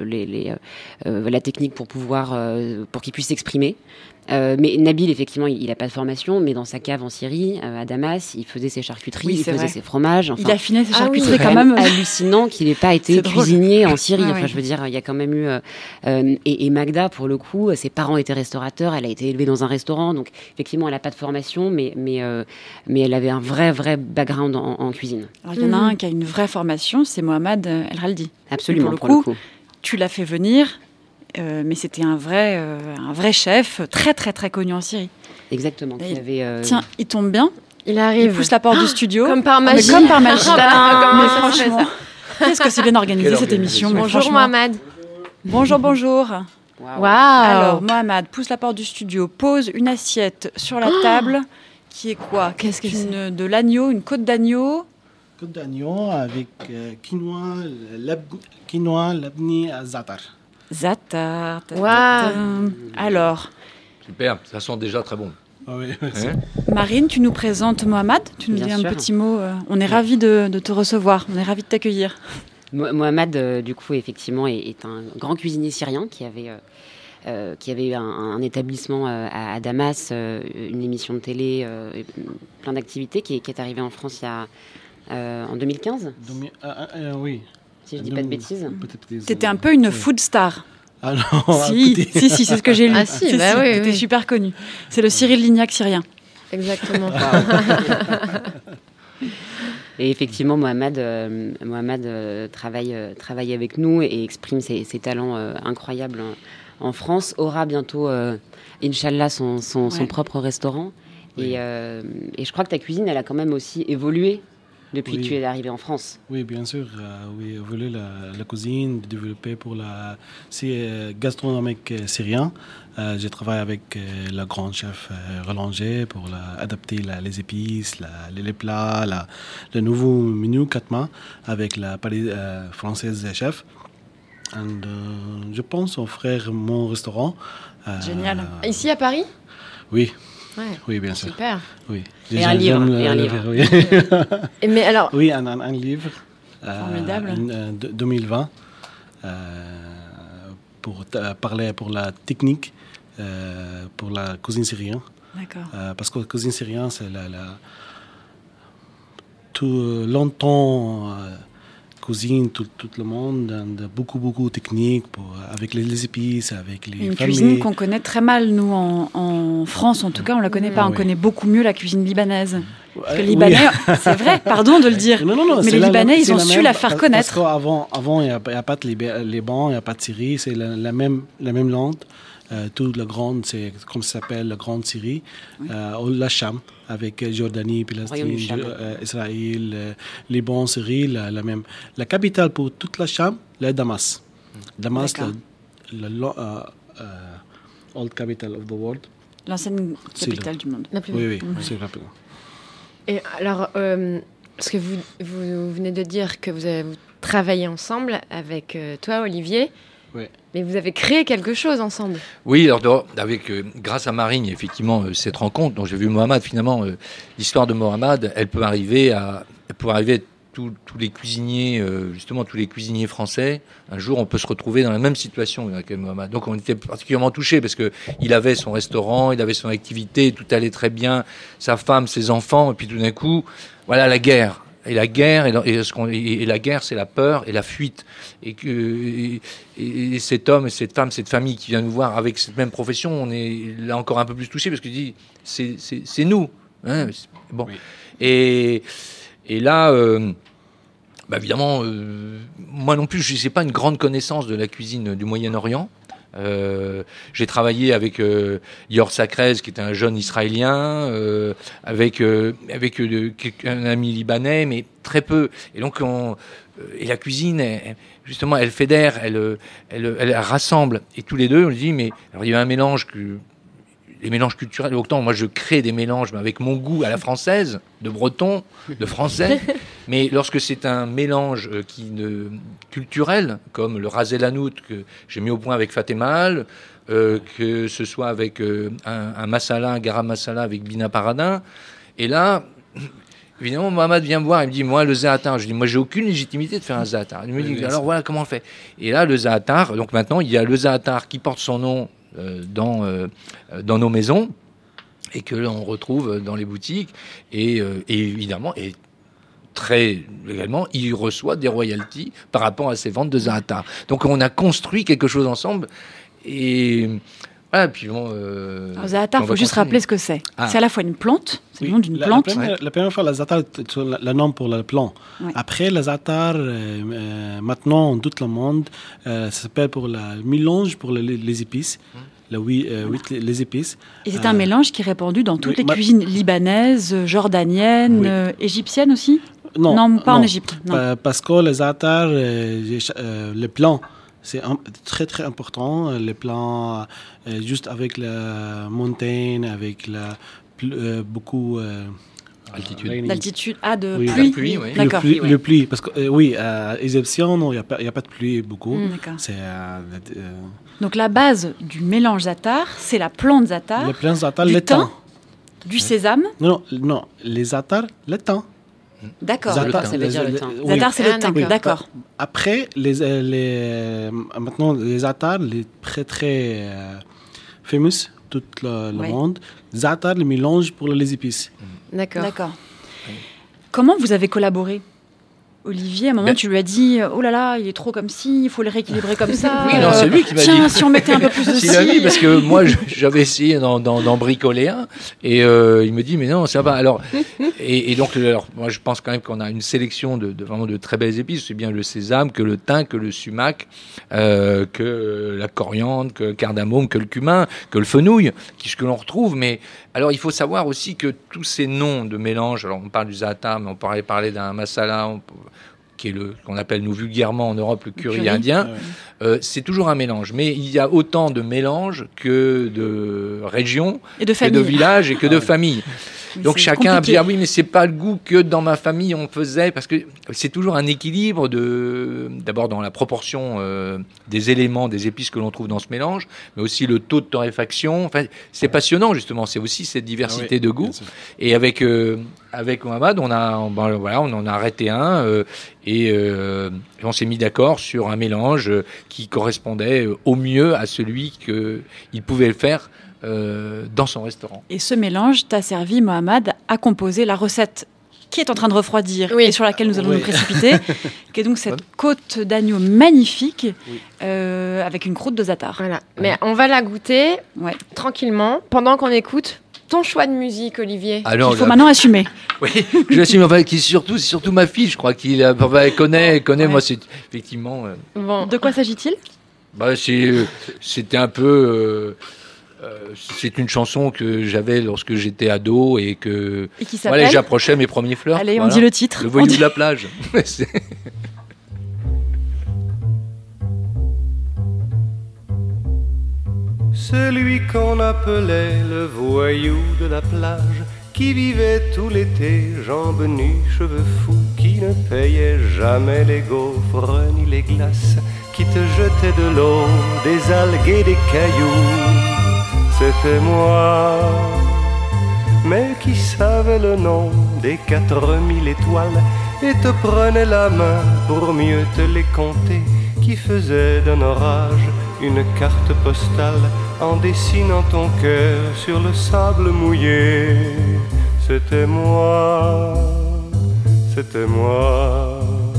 la technique pour qu'ils puissent s'exprimer. Mais Nabil, effectivement, il n'a pas de formation, mais dans sa cave en Syrie, à Damas, il faisait ses charcuteries, il faisait ses fromages. Enfin, il affinait ses charcuteries quand même. Hallucinant qu'il n'ait pas été cuisinier en Syrie. Enfin, je veux dire, il y a quand même eu... et Magda, pour le coup, ses parents étaient restaurateurs, elle a été élevée dans un restaurant, donc effectivement, elle n'a pas de formation, mais elle avait un vrai background en cuisine. Alors, il y en a un qui a une vraie formation, c'est Mohamed El Raldi. Absolument, pour le coup. Tu l'as fait venir... mais c'était un vrai chef, très très très connu en Syrie. Exactement. Tiens, il tombe bien. Il arrive. Il pousse la porte du studio. Comme par magie. Mais franchement, qu'est-ce que c'est bien organisé cette émission. Bonjour Mohamed. Bonjour. Wow. Alors Mohamed pousse la porte du studio, pose une assiette sur la table, qui est quoi ? Qu'est-ce que c'est ? De l'agneau, une côte d'agneau. Côte d'agneau avec quinoa, labni, zatar. Zatar. Wow. Alors. Super, ça sent déjà très bon. Ah oui, merci. Marine, tu nous présentes Mohamed. Tu nous dis un petit mot. On est ravis de te recevoir. On est ravis de t'accueillir. Mohamed, du coup, effectivement, est un grand cuisinier syrien qui avait eu un établissement à Damas, une émission de télé, plein d'activités, qui est arrivé en France en 2015. Oui. Si je ne dis pas de bêtises. T'étais un peu une food star. Ah non, si, c'est ce que j'ai lu. Ah si, bah oui. T'étais super connu. C'est le Cyril Lignac syrien. Exactement. Et effectivement, Mohamed travaille avec nous et exprime ses talents incroyables en France. Aura bientôt, Inch'Allah, son propre restaurant. Oui. Et je crois que ta cuisine, elle a quand même aussi évolué depuis que tu es arrivé en France. Oui, bien sûr. Oui, évoluer la cuisine, développer pour gastronomique syrien. J'ai travaillé avec le grand chef Relanger pour adapter les épices, les plats, le nouveau menu Katma avec la française chef. Je pense offrir mon restaurant. Génial. Ici à Paris ? Oui. Ouais. Oui, bien sûr. Super. Oui. Et un livre. Oui. Mais alors... Oui, un livre. Formidable. 2020. Pour parler pour la technique pour la cuisine syrienne. D'accord. Parce que la cuisine syrienne, c'est tout longtemps cuisine tout le monde, beaucoup de techniques avec les épices, avec les une familles. Cuisine qu'on connaît très mal, nous, en France, en tout cas, on la connaît pas. On connaît beaucoup mieux la cuisine libanaise. Parce que les Libanais, c'est vrai, pardon de le dire, non, mais les Libanais, ils ont su la faire connaître. Parce qu'avant, il n'y a pas de Liban, il n'y a pas de Syrie, c'est la même langue. Toute la grande, c'est comme ça s'appelle, la grande Syrie, la Cham, avec Jordanie, Palestine, Israël, Liban, Syrie, la même. La capitale pour toute la Cham, c'est Damas. Damas, old capital of the world. L'ancienne capitale du monde. Oui, c'est rapide. Et alors, parce que vous venez de dire que vous travaillez ensemble avec toi, Olivier. Oui. Mais vous avez créé quelque chose ensemble. Oui, alors grâce à Marine, effectivement, cette rencontre dont j'ai vu Mohamed, finalement, l'histoire de Mohamed, elle peut arriver à tous les cuisiniers, justement tous les cuisiniers français. Un jour, on peut se retrouver dans la même situation avec Mohamed. Donc, on était particulièrement touchés parce que il avait son restaurant, il avait son activité, tout allait très bien, sa femme, ses enfants, et puis tout d'un coup, voilà la guerre. Et la guerre, et la guerre, c'est la peur et la fuite. Et cet homme, cette femme, cette famille qui vient nous voir avec cette même profession, on est là encore un peu plus touché parce que dit, c'est nous. Hein, bon. Oui. Et là, évidemment, moi non plus, je n'ai pas une grande connaissance de la cuisine du Moyen-Orient. J'ai travaillé avec Yor Sakrez, qui est un jeune Israélien, avec un ami libanais, mais très peu. Et donc, et la cuisine, justement, elle fédère, elle rassemble. Et tous les deux, on dit, mais alors il y a un mélange les mélanges culturels. Autant moi, je crée des mélanges avec mon goût à la française, de breton, de français. Mais lorsque c'est un mélange culturel, comme le ras el hanout que j'ai mis au point avec Fatima Al, que ce soit avec un masala, un garam masala avec Bina Paradin, et là, évidemment, Mohamed vient me voir, il me dit, moi, le za'atar, je dis, moi, j'ai aucune légitimité de faire un za'atar. Il me dit, alors voilà, comment on le fait? Et là, le za'atar, donc maintenant, il y a le za'atar qui porte son nom dans nos maisons, et que l'on retrouve dans les boutiques, et évidemment, et très légalement, il reçoit des royalties par rapport à ses ventes de za'atar. Donc on a construit quelque chose ensemble, et voilà, puis bon... za'atar, il faut juste rappeler ce que c'est. C'est à la fois une plante, c'est le nom d'une plante. La première fois, le za'atar, c'est le nom pour le plant. Ouais. Après, le za'atar, maintenant, dans tout le monde, ça s'appelle pour le mélange pour les épices. Les épices. Et c'est un mélange qui est répandu dans toutes les cuisines libanaises, jordaniennes, égyptiennes aussi? Non, pas en Égypte. Non. Parce que le za'atar, le plant, c'est très très important. Le plant, juste avec la montagne, avec beaucoup... D'altitude, de pluie. Oui. D'accord. Le pluie, parce que à Égyptien, non, il n'y a pas de pluie beaucoup. D'accord. Donc la base du mélange za'atar, c'est la plante za'atar, le thym, du sésame. Non, les za'atar, le thym. D'accord. Za'atar, ça veut dire le thym. Za'atar, c'est le thym, d'accord. Après, maintenant, les za'atar, les très très famous, tout le monde, za'atar, le mélange pour les épices. D'accord. Comment vous avez collaboré, Olivier? À un moment, tu lui as dit, oh là là, il est trop comme ci, il faut le rééquilibrer comme ça. Oui, non, c'est lui qui m'a dit. Tiens, si on mettait un peu plus de ci. Parce que moi, j'avais essayé d'en bricoler un, et il me dit, mais non, ça va. Alors, et donc, moi, je pense quand même qu'on a une sélection vraiment de très belles épices. C'est bien le sésame, que le thym, que le sumac, que la coriandre, que le cardamome, que le cumin, que le fenouil, que l'on retrouve. Mais alors, il faut savoir aussi que tous ces noms de mélange, alors on parle du za'atar, mais on pourrait parler d'un masala, qui est qu'on appelle nous vulgairement en Europe le curry indien, c'est toujours un mélange. Mais il y a autant de mélanges que de régions, et de que de villages et que de familles. Donc chacun a dit oui, mais c'est pas le goût que dans ma famille on faisait, parce que c'est toujours un équilibre d'abord dans la proportion des éléments, des épices que l'on trouve dans ce mélange, mais aussi le taux de torréfaction. Enfin, c'est passionnant justement. C'est aussi cette diversité de goûts. Et avec Mohamed, on en a arrêté un et on s'est mis d'accord sur un mélange qui correspondait au mieux à celui qu'il pouvait faire dans son restaurant. Et ce mélange t'a servi, Mohamed, à composer la recette qui est en train de refroidir et sur laquelle nous allons nous précipiter, qui est donc cette côte d'agneau magnifique avec une croûte de za'atar. Voilà. Mais on va la goûter tranquillement pendant qu'on écoute ton choix de musique, Olivier. Alors, il faut maintenant assumer. Oui, je l'assume. Enfin, c'est surtout ma fille, je crois qu'il connaît. Moi, c'est effectivement. Bon. De quoi s'agit-il ? C'était un peu. C'est une chanson que j'avais lorsque j'étais ado et qui s'appelle j'approchais mes premiers flirts. Allez, on dit le titre. Le voyou de la plage. Celui qu'on appelait le voyou de la plage, qui vivait tout l'été, jambes nues, cheveux fous, qui ne payait jamais les gaufres ni les glaces, qui te jetait de l'eau, des algues et des cailloux. C'était moi, mais qui savait le nom des 4000 étoiles et te prenait la main pour mieux te les compter, qui faisait d'un orage une carte postale en dessinant ton cœur sur le sable mouillé. C'était moi, c'était moi.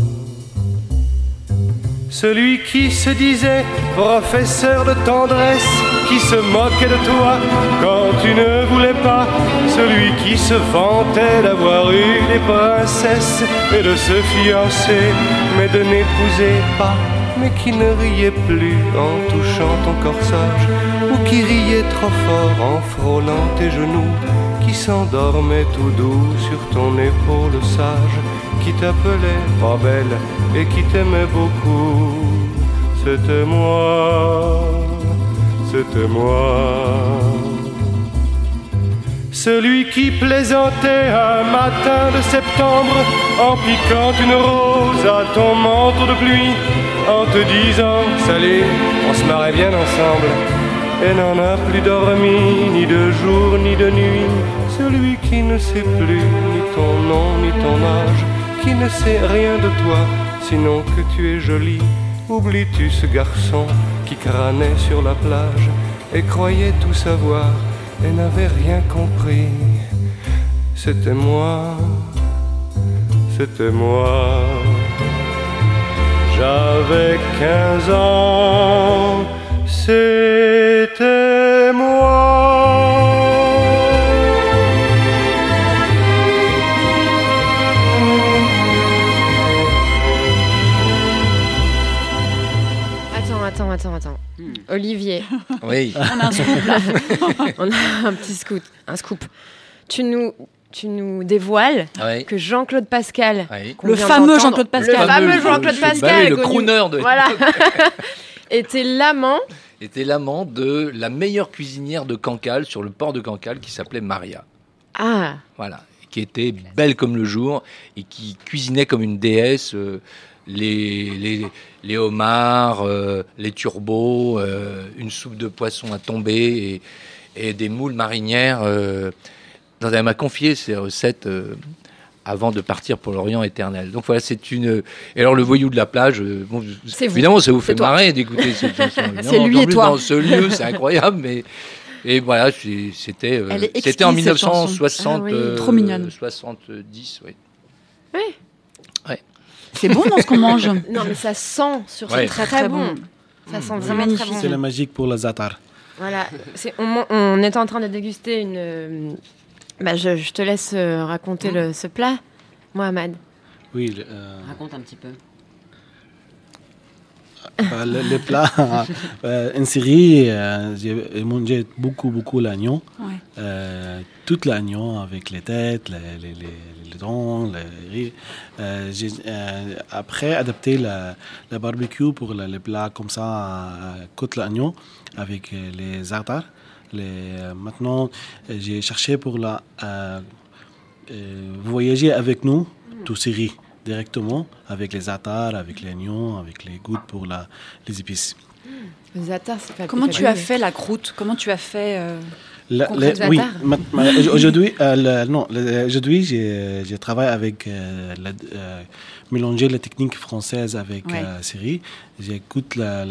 Celui qui se disait professeur de tendresse, qui se moquait de toi quand tu ne voulais pas, celui qui se vantait d'avoir eu des princesses et de se fiancer, mais de n'épouser pas, mais qui ne riait plus en touchant ton corsage, ou qui riait trop fort en frôlant tes genoux, qui s'endormait tout doux sur ton épaule sage, qui t'appelait pas belle et qui t'aimait beaucoup. C'était moi, c'était moi. Celui qui plaisantait un matin de septembre en piquant une rose à ton manteau de pluie, en te disant salut, on se marrait bien ensemble, et n'en a plus dormi ni de jour ni de nuit. Celui qui ne sait plus ni ton nom ni ton âge, qui ne sait rien de toi sinon que tu es jolie. Oublies-tu ce garçon qui crânait sur la plage et croyait tout savoir et n'avait rien compris? C'était moi, c'était moi. J'avais 15 ans, c'était moi. Attends. Olivier. Oui. On a un scoop là. On a un petit scoop. Tu nous dévoiles que Jean-Claude Pascal, le fameux Jean-Claude Pascal, le crooner de voilà, était l'amant de la meilleure cuisinière de Cancale, sur le port de Cancale, qui s'appelait Maria. Ah. Voilà, qui était belle comme le jour et qui cuisinait comme une déesse. Les homards, les turbots, une soupe de poisson à tomber et des moules marinières. Elle m'a confié ces recettes avant de partir pour l'Orient éternel. Donc voilà, c'est une... Et alors le voyou de la plage, évidemment ça vous fait marrer d'écouter cette chanson. C'est lui et toi. Dans ce lieu, c'est incroyable, mais... Et voilà, c'était en 1960, trop mignonne. 70, oui. Oui. C'est bon dans ce qu'on mange. Non, mais ça sent sur ce très bon. Ça sent vraiment très bon. C'est la magique pour le za'atar. Voilà. On est en train de déguster une... je te laisse raconter ce plat, Mohamed. Oui. Raconte un petit peu. Le plat, en Syrie, j'ai mangé beaucoup l'agneau. Ouais. Tout l'agneau avec les têtes, les dents, les riz. J'ai après adapté le barbecue pour les plats comme ça, côte l'agneau avec les za'atar. Maintenant, j'ai cherché pour voyager avec nous, tout Syrie, directement, avec les attars, avec les oignons, avec les gouttes pour les épices. Les attars, c'est pas... Comment tu as fait la croûte? Comment tu as fait oui, aujourd'hui, je travaille avec mélanger la technique française avec Syrie. J'écoute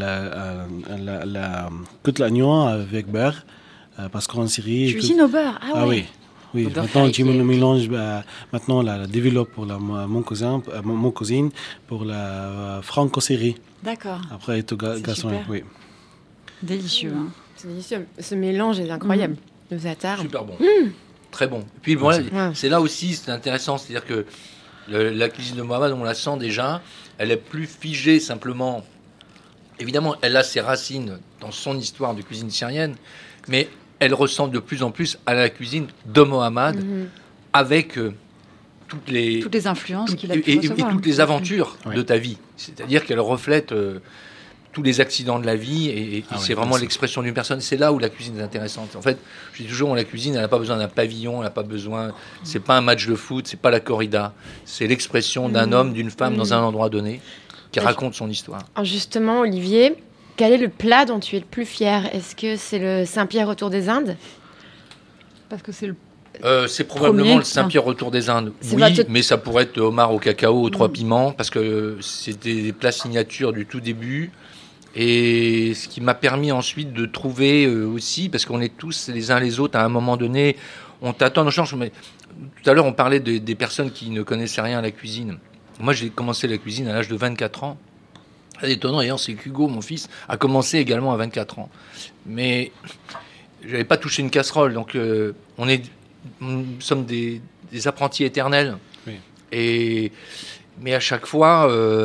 l'oignon avec beurre parce qu'en Syrie... Cuisine au beurre, oui. Oui, maintenant tu me mélanges, maintenant la développe pour mon cousine pour la franco-syrie. D'accord. Après tout gastronomie, oui. Délicieux. Hein. C'est délicieux. Ce mélange est incroyable. Le za'atar. Super bon. Très bon. Et puis c'est là aussi, c'est intéressant, c'est-à-dire que la cuisine de Mohamed, on la sent déjà, elle est plus figée simplement. Évidemment, elle a ses racines dans son histoire de cuisine syrienne, mais elle ressemble de plus en plus à la cuisine de Mohamed, avec toutes les influences qu'il a pu et recevoir. Et toutes les aventures de ta vie. C'est-à-dire qu'elle reflète tous les accidents de la vie et c'est vraiment l'expression d'une personne. C'est là où la cuisine est intéressante. En fait, je dis toujours, la cuisine, elle n'a pas besoin d'un pavillon, elle n'a pas besoin... C'est pas un match de foot, c'est pas la corrida. C'est l'expression d'un homme, d'une femme dans un endroit donné qui raconte son histoire. Alors justement, Olivier, quel est le plat dont tu es le plus fier? Est-ce que c'est le Saint-Pierre retour des Indes? Parce que c'est le c'est probablement le Saint-Pierre retour des Indes. Mais ça pourrait être homard au cacao, aux 3 piments, parce que c'était des plats signatures du tout début. Et ce qui m'a permis ensuite de trouver aussi, parce qu'on est tous les uns les autres, à un moment donné, on t'attend, on change. Mais tout à l'heure, on parlait des personnes qui ne connaissaient rien à la cuisine. Moi, j'ai commencé la cuisine à l'âge de 24 ans. C'est étonnant, d'ailleurs, c'est qu'Hugo, mon fils, a commencé également à 24 ans. Mais je n'avais pas touché une casserole, donc nous sommes des apprentis éternels. Oui. Mais à chaque fois...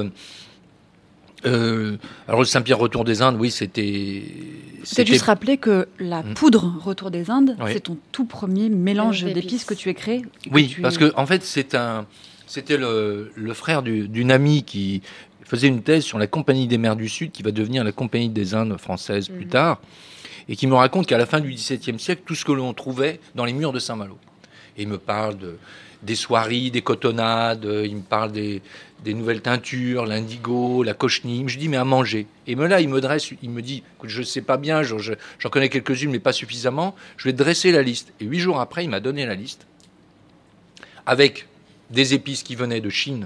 alors le Saint-Pierre retour des Indes, oui, c'était... Peut-être juste rappeler que la poudre retour des Indes, c'est ton tout premier mélange d'épices que tu as créé. Oui, parce que en fait, c'était le frère d'une amie qui faisait une thèse sur la Compagnie des mers du Sud, qui va devenir la Compagnie des Indes françaises plus tard, et qui me raconte qu'à la fin du XVIIe siècle, tout ce que l'on trouvait dans les murs de Saint-Malo. Et il me parle des soieries, des cotonnades, il me parle des nouvelles teintures, l'indigo, la cochenille. Je dis, mais à manger. Et là, il me dit, écoute, je ne sais pas bien, j'en connais quelques-unes, mais pas suffisamment. Je vais dresser la liste. Et 8 jours après, il m'a donné la liste avec des épices qui venaient de Chine,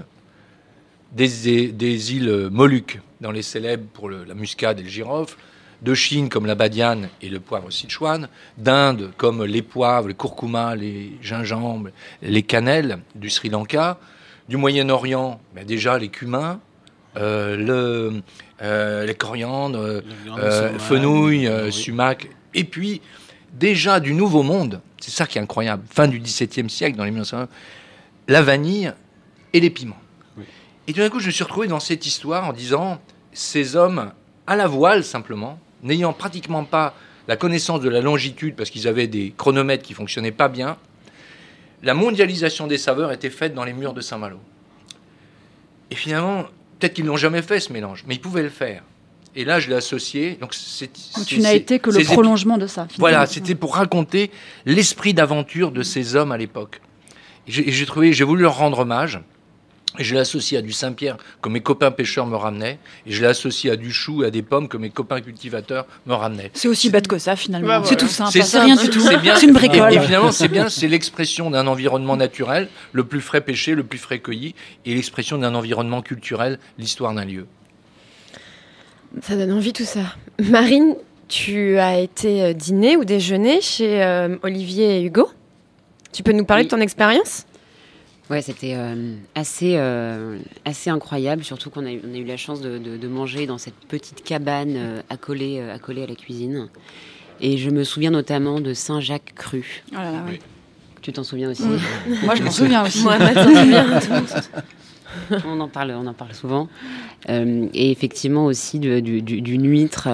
des îles Moluques, dans les célèbres pour la muscade et le girofle, de Chine comme la badiane et le poivre Sichuan, d'Inde comme les poivres, les curcuma, les gingembres, les cannelles du Sri Lanka, du Moyen-Orient, déjà les cumins, les coriandres, fenouil, sumac, et puis déjà du Nouveau Monde, c'est ça qui est incroyable, fin du XVIIe siècle, dans les 1900, la vanille et les piments. Oui. Et tout d'un coup, je me suis retrouvé dans cette histoire en disant, ces hommes à la voile simplement, n'ayant pratiquement pas la connaissance de la longitude parce qu'ils avaient des chronomètres qui ne fonctionnaient pas bien, la mondialisation des saveurs était faite dans les murs de Saint-Malo. Et finalement, peut-être qu'ils ne l'ont jamais fait ce mélange, mais ils pouvaient le faire. Et là, je l'ai associé. Donc tu n'as été que le prolongement de ça. Voilà, c'était pour raconter l'esprit d'aventure de ces hommes à l'époque. Et j'ai voulu leur rendre hommage. Et je l'ai associé à du Saint-Pierre que mes copains pêcheurs me ramenaient. Et je l'ai associé à du chou et à des pommes que mes copains cultivateurs me ramenaient. C'est aussi bête que ça, finalement. Bah, voilà. C'est tout simple. C'est rien du tout. C'est une bricole. Et finalement, c'est bien. C'est l'expression d'un environnement naturel, le plus frais pêché, le plus frais cueilli, et l'expression d'un environnement culturel, l'histoire d'un lieu. Ça donne envie tout ça. Marine, tu as été dîner ou déjeuner chez Olivier et Hugo. Tu peux nous parler de ton expérience ? Ouais, c'était assez incroyable, surtout qu'on a eu la chance de manger dans cette petite cabane accolée à la cuisine. Et je me souviens notamment de Saint-Jacques cru. Oh là là, oui. Tu t'en souviens aussi ? Moi, je m'en souviens aussi. Moi, bien. On en parle souvent. Et effectivement aussi d'une huître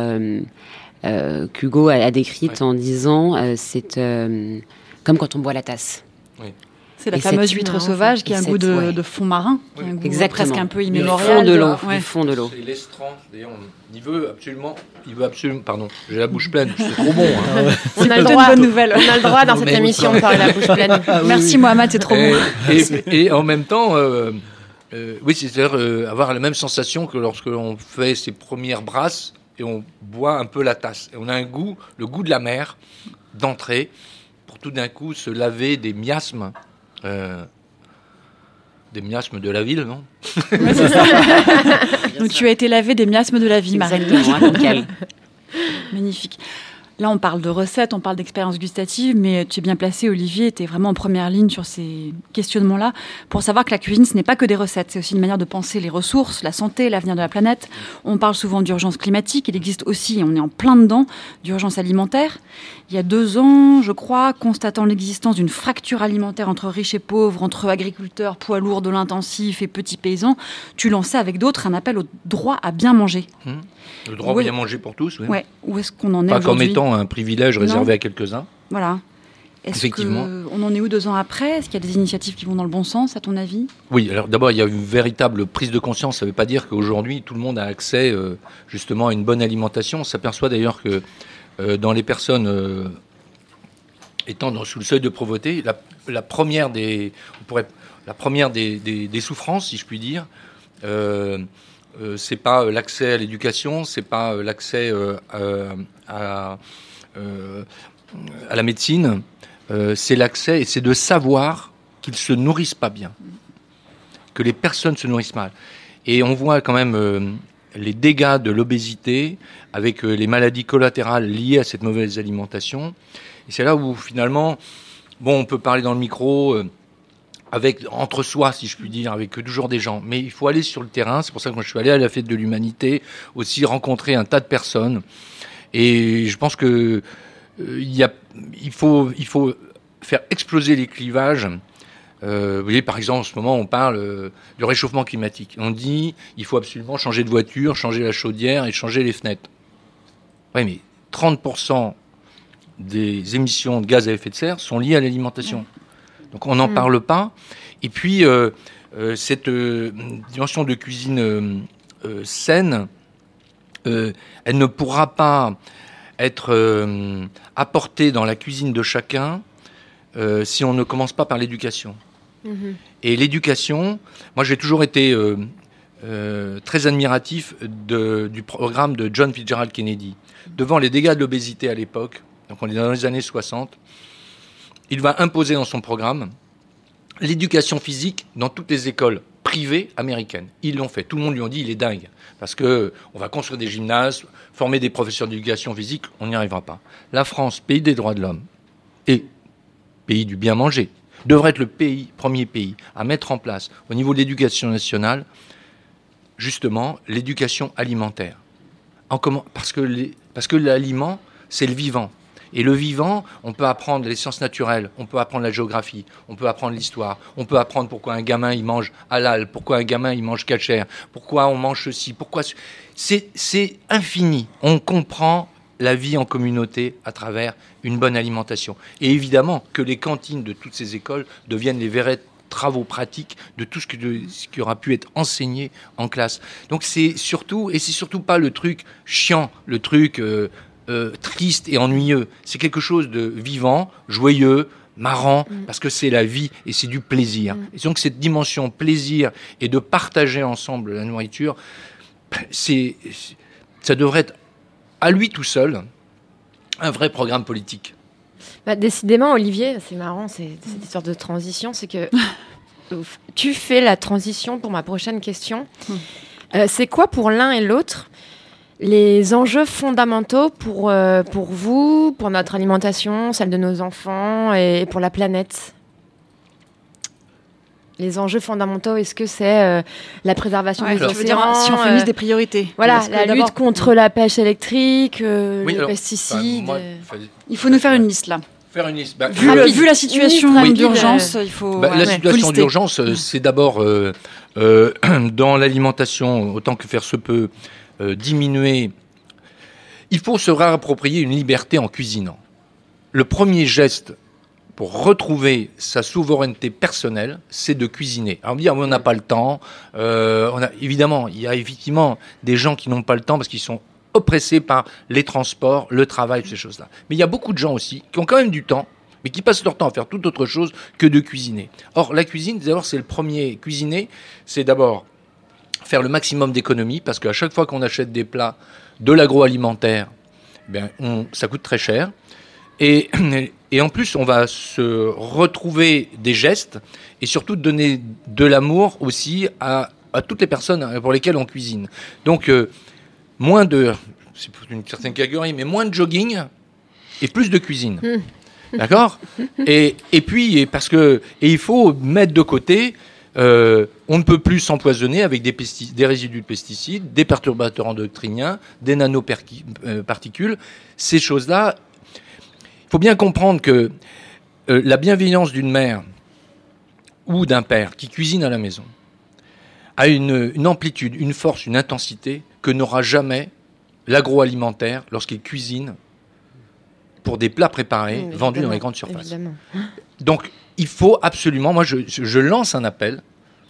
qu'Hugo a décrite en disant c'est comme quand on boit la tasse. Oui. C'est la fameuse huître sauvage qui a un goût de fond marin, qui a un goût presque un peu immémorial. Du fond de l'eau. C'est l'estran. D'ailleurs, il veut absolument. Pardon, j'ai la bouche pleine. C'est trop bon. Hein. On a le droit. Une bonne nouvelle. On a le droit dans cette émission de parler la bouche pleine. Merci Mohamed, c'est trop bon. Et en même temps, oui, c'est-à-dire avoir la même sensation que lorsque l'on fait ses premières brasses et on boit un peu la tasse. Et on a le goût de la mer d'entrée, pour tout d'un coup se laver des miasmes. Des miasmes de la ville, non? Ouais, c'est ça. Donc tu as été lavé des miasmes de la vie, Marine. Magnifique. Là, on parle de recettes, on parle d'expériences gustatives, mais tu es bien placé, Olivier, tu es vraiment en première ligne sur ces questionnements-là, pour savoir que la cuisine, ce n'est pas que des recettes, c'est aussi une manière de penser les ressources, la santé, l'avenir de la planète. On parle souvent d'urgence climatique, il existe aussi, et on est en plein dedans, d'urgence alimentaire. Il y a 2 ans, je crois, constatant l'existence d'une fracture alimentaire entre riches et pauvres, entre agriculteurs, poids lourds de l'intensif et petits paysans, tu lançais avec d'autres un appel au droit à bien manger. Le droit à bien manger pour tous, oui. Ouais. Où est-ce qu'on en est pas aujourd'hui? Pas comme étant un privilège réservé à quelques-uns. Voilà. Effectivement. On en est où 2 ans après? Est-ce qu'il y a des initiatives qui vont dans le bon sens, à ton avis? Oui, alors d'abord, il y a une véritable prise de conscience. Ça ne veut pas dire qu'aujourd'hui, tout le monde a accès justement à une bonne alimentation. On s'aperçoit d'ailleurs que dans les personnes étant sous le seuil de pauvreté, la première des souffrances, si je puis dire, c'est pas l'accès à l'éducation, c'est pas l'accès à la médecine, c'est l'accès et c'est de savoir qu'ils se nourrissent pas bien, que les personnes se nourrissent mal. Et on voit quand même les dégâts de l'obésité avec les maladies collatérales liées à cette mauvaise alimentation. Et c'est là où finalement, on peut parler dans le micro entre soi, si je puis dire, avec toujours des gens. Mais il faut aller sur le terrain. C'est pour ça que moi je suis allé à la Fête de l'Humanité, aussi rencontrer un tas de personnes. Et je pense que il faut faire exploser les clivages. Vous voyez, par exemple, en ce moment, on parle du réchauffement climatique. On dit il faut absolument changer de voiture, changer la chaudière et changer les fenêtres. Oui, mais 30% des émissions de gaz à effet de serre sont liées à l'alimentation. Donc on n'en parle pas. Et puis, cette dimension de cuisine saine, elle ne pourra pas être apportée dans la cuisine de chacun si on ne commence pas par l'éducation. Et l'éducation, moi j'ai toujours été très admiratif du programme de John Fitzgerald Kennedy. Devant les dégâts de l'obésité à l'époque, donc on est dans les années 60, il va imposer dans son programme l'éducation physique dans toutes les écoles privées américaines. Ils l'ont fait. Tout le monde lui a dit il est dingue. Parce qu'on va construire des gymnases, former des professeurs d'éducation physique, on n'y arrivera pas. La France, pays des droits de l'homme et pays du bien manger, devrait être le premier pays à mettre en place, au niveau de l'éducation nationale, justement, l'éducation alimentaire. Parce que l'aliment, c'est le vivant. Et le vivant, on peut apprendre les sciences naturelles, on peut apprendre la géographie, on peut apprendre l'histoire, on peut apprendre pourquoi un gamin il mange halal, pourquoi un gamin il mange kasher, pourquoi on mange ceci, pourquoi... C'est infini. On comprend la vie en communauté à travers une bonne alimentation. Et évidemment que les cantines de toutes ces écoles deviennent les vrais travaux pratiques de tout ce qui aura pu être enseigné en classe. Donc c'est surtout pas le truc chiant, le truc... triste et ennuyeux. C'est quelque chose de vivant, joyeux, marrant, parce que c'est la vie et c'est du plaisir. Et donc cette dimension plaisir et de partager ensemble la nourriture, ça devrait être à lui tout seul un vrai programme politique. Décidément, Olivier, c'est marrant, cette histoire de transition, c'est que tu fais la transition pour ma prochaine question. C'est quoi pour l'un et l'autre les enjeux fondamentaux pour vous, pour notre alimentation, celle de nos enfants et pour la planète? Les enjeux fondamentaux, est-ce que c'est la préservation des océans, tu veux dire, si on fait une liste des priorités. Voilà, la lutte contre la pêche électrique, les pesticides. Il faut nous faire une liste, là. Faire une liste. Vu la situation d'urgence, il faut... la situation d'urgence, c'est d'abord dans l'alimentation, autant que faire se peut, diminuer. Il faut se réapproprier une liberté en cuisinant. Le premier geste pour retrouver sa souveraineté personnelle, c'est de cuisiner. Alors on me dit, on n'a pas le temps. Évidemment, il y a effectivement des gens qui n'ont pas le temps parce qu'ils sont oppressés par les transports, le travail, ces choses-là. Mais il y a beaucoup de gens aussi qui ont quand même du temps, mais qui passent leur temps à faire toute autre chose que de cuisiner. Or, la cuisine, d'abord, c'est le premier. Cuisiner, c'est d'abord faire le maximum d'économies, parce qu'à chaque fois qu'on achète des plats de l'agroalimentaire, ça coûte très cher. Et en plus, on va se retrouver des gestes et surtout donner de l'amour aussi à toutes les personnes pour lesquelles on cuisine. Donc, c'est pour une certaine catégorie, mais moins de jogging et plus de cuisine. D'accord ? Et puis, il faut mettre de côté, on ne peut plus s'empoisonner avec des résidus de pesticides, des perturbateurs endocriniens, des nanoparticules. Ces choses-là, il faut bien comprendre que la bienveillance d'une mère ou d'un père qui cuisine à la maison a une amplitude, une force, une intensité que n'aura jamais l'agroalimentaire lorsqu'il cuisine pour des plats préparés vendus dans les grandes surfaces. Évidemment. Donc, il faut absolument, moi je lance un appel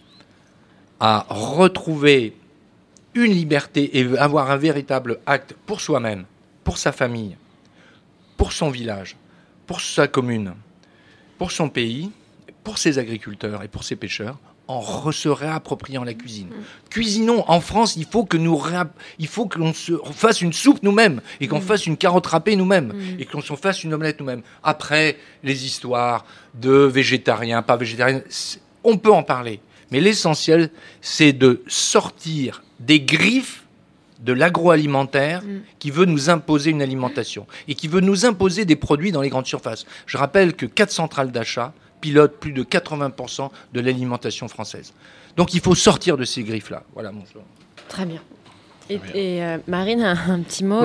à retrouver une liberté et avoir un véritable acte pour soi-même, pour sa famille, pour son village, pour sa commune, pour son pays, pour ses agriculteurs et pour ses pêcheurs, en se réappropriant la cuisine. Cuisinons en France, il faut que l'on se fasse une soupe nous-mêmes et qu'on fasse une carotte râpée nous-mêmes et qu'on se fasse une omelette nous-mêmes. Après, les histoires de végétariens, pas végétariens, on peut en parler. Mais l'essentiel, c'est de sortir des griffes de l'agroalimentaire qui veut nous imposer une alimentation et qui veut nous imposer des produits dans les grandes surfaces. Je rappelle que 4 centrales d'achat pilotent plus de 80% de l'alimentation française. Donc il faut sortir de ces griffes-là. Voilà mon choix. Très bien. Et Marine, un petit mot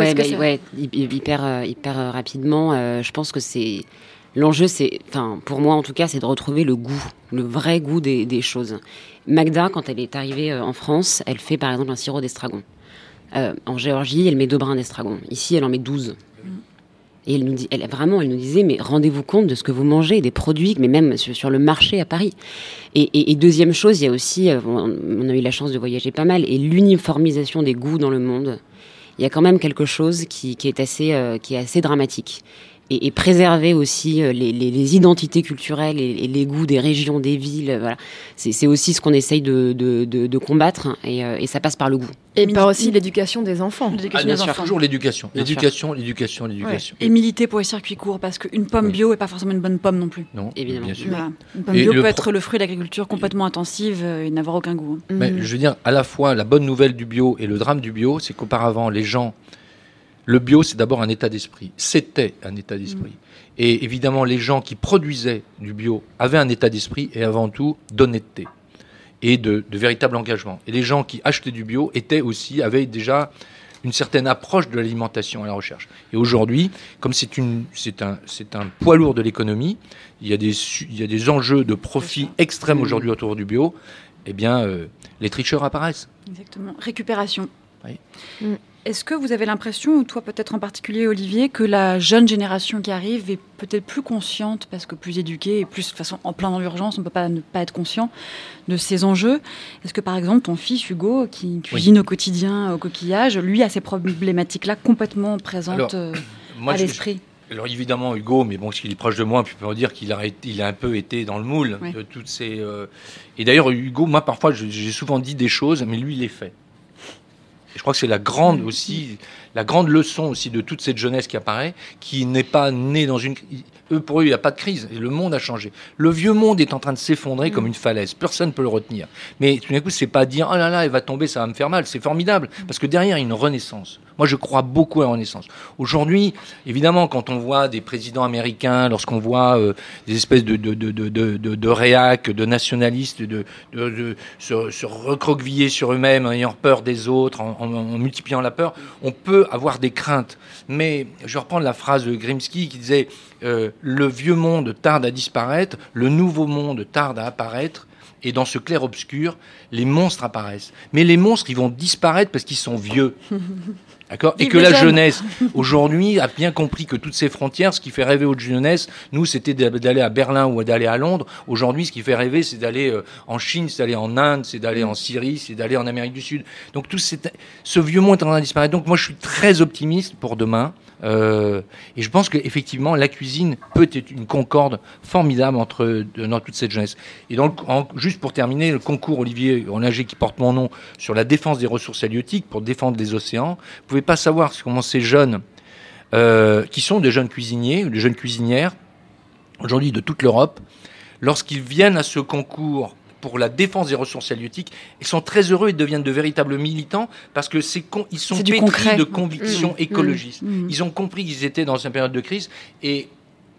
hyper rapidement. Je pense que l'enjeu, pour moi en tout cas, c'est de retrouver le goût, le vrai goût des choses. Magda, quand elle est arrivée en France, elle fait par exemple un sirop d'estragon. En Géorgie, elle met 2 brins d'estragon. Ici, elle en met 12. Et elle nous disait, mais rendez-vous compte de ce que vous mangez, des produits, mais même sur le marché à Paris. Et deuxième chose, il y a aussi, on a eu la chance de voyager pas mal, et l'uniformisation des goûts dans le monde. Il y a quand même quelque chose qui est assez dramatique. Et préserver aussi les identités culturelles et les goûts des régions, des villes. Voilà. C'est aussi ce qu'on essaye de combattre, et ça passe par le goût. Et par aussi l'éducation des enfants. Bien sûr, toujours l'éducation. L'éducation. Ouais. Et militer pour les circuits courts, parce qu'une pomme bio n'est pas forcément une bonne pomme non plus. Non, évidemment. Bien sûr. Voilà. Une pomme bio peut être le fruit d'agriculture complètement intensive et n'avoir aucun goût. Mais je veux dire, à la fois, la bonne nouvelle du bio et le drame du bio, c'est qu'auparavant, les gens... Le bio, c'est d'abord un état d'esprit. C'était un état d'esprit. Et évidemment, les gens qui produisaient du bio avaient un état d'esprit et avant tout d'honnêteté et de véritable engagement. Et les gens qui achetaient du bio avaient déjà une certaine approche de l'alimentation à la recherche. Et aujourd'hui, comme c'est un poids lourd de l'économie, il y a des enjeux de profit extrêmes aujourd'hui autour du bio, eh bien, les tricheurs apparaissent. Exactement. Récupération. Oui. Est-ce que vous avez l'impression, ou toi peut-être en particulier Olivier, que la jeune génération qui arrive est peut-être plus consciente, parce que plus éduquée et plus de toute façon en plein dans l'urgence, on ne peut pas ne pas être conscient de ces enjeux. Est-ce que par exemple ton fils Hugo, qui cuisine au quotidien au coquillage, lui a ces problématiques-là complètement présentes à l'esprit? Alors évidemment Hugo, mais bon, s'il est proche de moi, on peut dire qu'il a un peu été dans le moule de toutes ces... Et d'ailleurs Hugo, moi parfois j'ai souvent dit des choses, mais lui il les fait. Je crois que c'est la grande leçon aussi de toute cette jeunesse qui apparaît, qui n'est pas née dans une... Pour eux, il n'y a pas de crise. Et le monde a changé. Le vieux monde est en train de s'effondrer comme une falaise. Personne ne peut le retenir. Mais tout d'un coup, c'est pas dire « Oh là là, elle va tomber, ça va me faire mal ». C'est formidable. Parce que derrière, il y a une renaissance. Moi, je crois beaucoup à la renaissance. Aujourd'hui, évidemment, quand on voit des présidents américains, lorsqu'on voit des espèces de réacs, de nationalistes, se recroqueviller sur eux-mêmes en ayant peur des autres, en multipliant la peur, on peut avoir des craintes. Mais je reprends la phrase de Grimsky qui disait le vieux monde tarde à disparaître, le nouveau monde tarde à apparaître, et dans ce clair-obscur, les monstres apparaissent. Mais les monstres, ils vont disparaître parce qu'ils sont vieux. D'accord ? Et que la jeunesse, aujourd'hui, a bien compris que toutes ces frontières, ce qui fait rêver aux jeunesse, nous, c'était d'aller à Berlin ou d'aller à Londres. Aujourd'hui, ce qui fait rêver, c'est d'aller en Chine, c'est d'aller en Inde, c'est d'aller en Syrie, c'est d'aller en Amérique du Sud. Donc, tout ce vieux monde est en train de disparaître. Donc, moi, je suis très optimiste pour demain. Et je pense qu'effectivement, la cuisine peut être une concorde formidable dans toute cette jeunesse. Et donc, juste pour terminer, le concours Olivier Ollinger qui porte mon nom sur la défense des ressources halieutiques pour défendre les océans, vous ne pouvez pas savoir comment ces jeunes, qui sont des jeunes cuisiniers ou des jeunes cuisinières, aujourd'hui de toute l'Europe, lorsqu'ils viennent à ce concours pour la défense des ressources halieutiques, ils sont très heureux et deviennent de véritables militants parce que ils sont pétris de convictions écologistes. Ils ont compris qu'ils étaient dans une période de crise et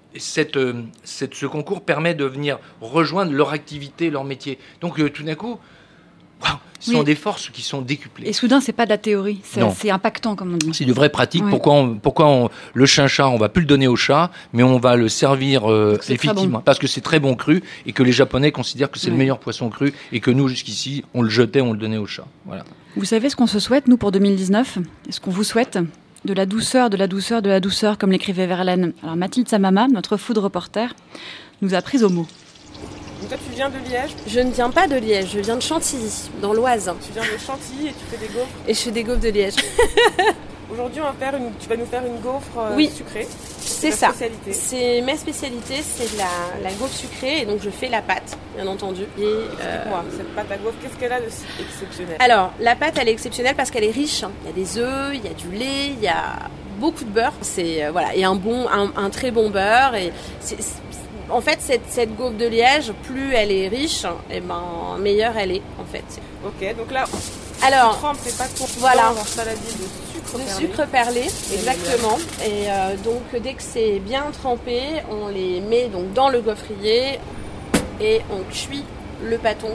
ce concours permet de venir rejoindre leur activité, leur métier. Donc tout d'un coup, ce sont des forces qui sont décuplées. Et soudain, c'est pas de la théorie, c'est impactant, comme on dit. C'est de vraies pratiques. Oui. Pourquoi le chin-chat, on va plus le donner au chat, mais on va le servir effectivement, parce que c'est très bon cru et que les Japonais considèrent que c'est le meilleur poisson cru et que nous, jusqu'ici, on le jetait, on le donnait au chat. Voilà. Vous savez ce qu'on se souhaite, nous, pour 2019 ? Et ce qu'on vous souhaite ? De la douceur, de la douceur, de la douceur, comme l'écrivait Verlaine. Alors Mathilde Samama, notre food reporter, nous a pris au mot. Donc toi, tu viens de Liège ? Je ne viens pas de Liège, je viens de Chantilly, dans l'Oise. Tu viens de Chantilly et tu fais des gaufres ? Et je fais des gaufres de Liège. Aujourd'hui, tu vas nous faire une gaufre sucrée. C'est ça. C'est ma spécialité, c'est la gaufre sucrée et donc je fais la pâte, bien entendu. Explique-moi, cette pâte à gaufre, qu'est-ce qu'elle a de si exceptionnel ? Alors, la pâte, elle est exceptionnelle parce qu'elle est riche. Il y a des œufs, il y a du lait, il y a beaucoup de beurre. C'est et un très bon beurre. Et en fait, cette gaufre de Liège, plus elle est riche, meilleure elle est, en fait. Ok, donc là, alors, tu trempes tes pâtes pour en saladier de sucre perlé, exactement. Et donc, dès que c'est bien trempé, on les met donc dans le gaufrier et on cuit le pâton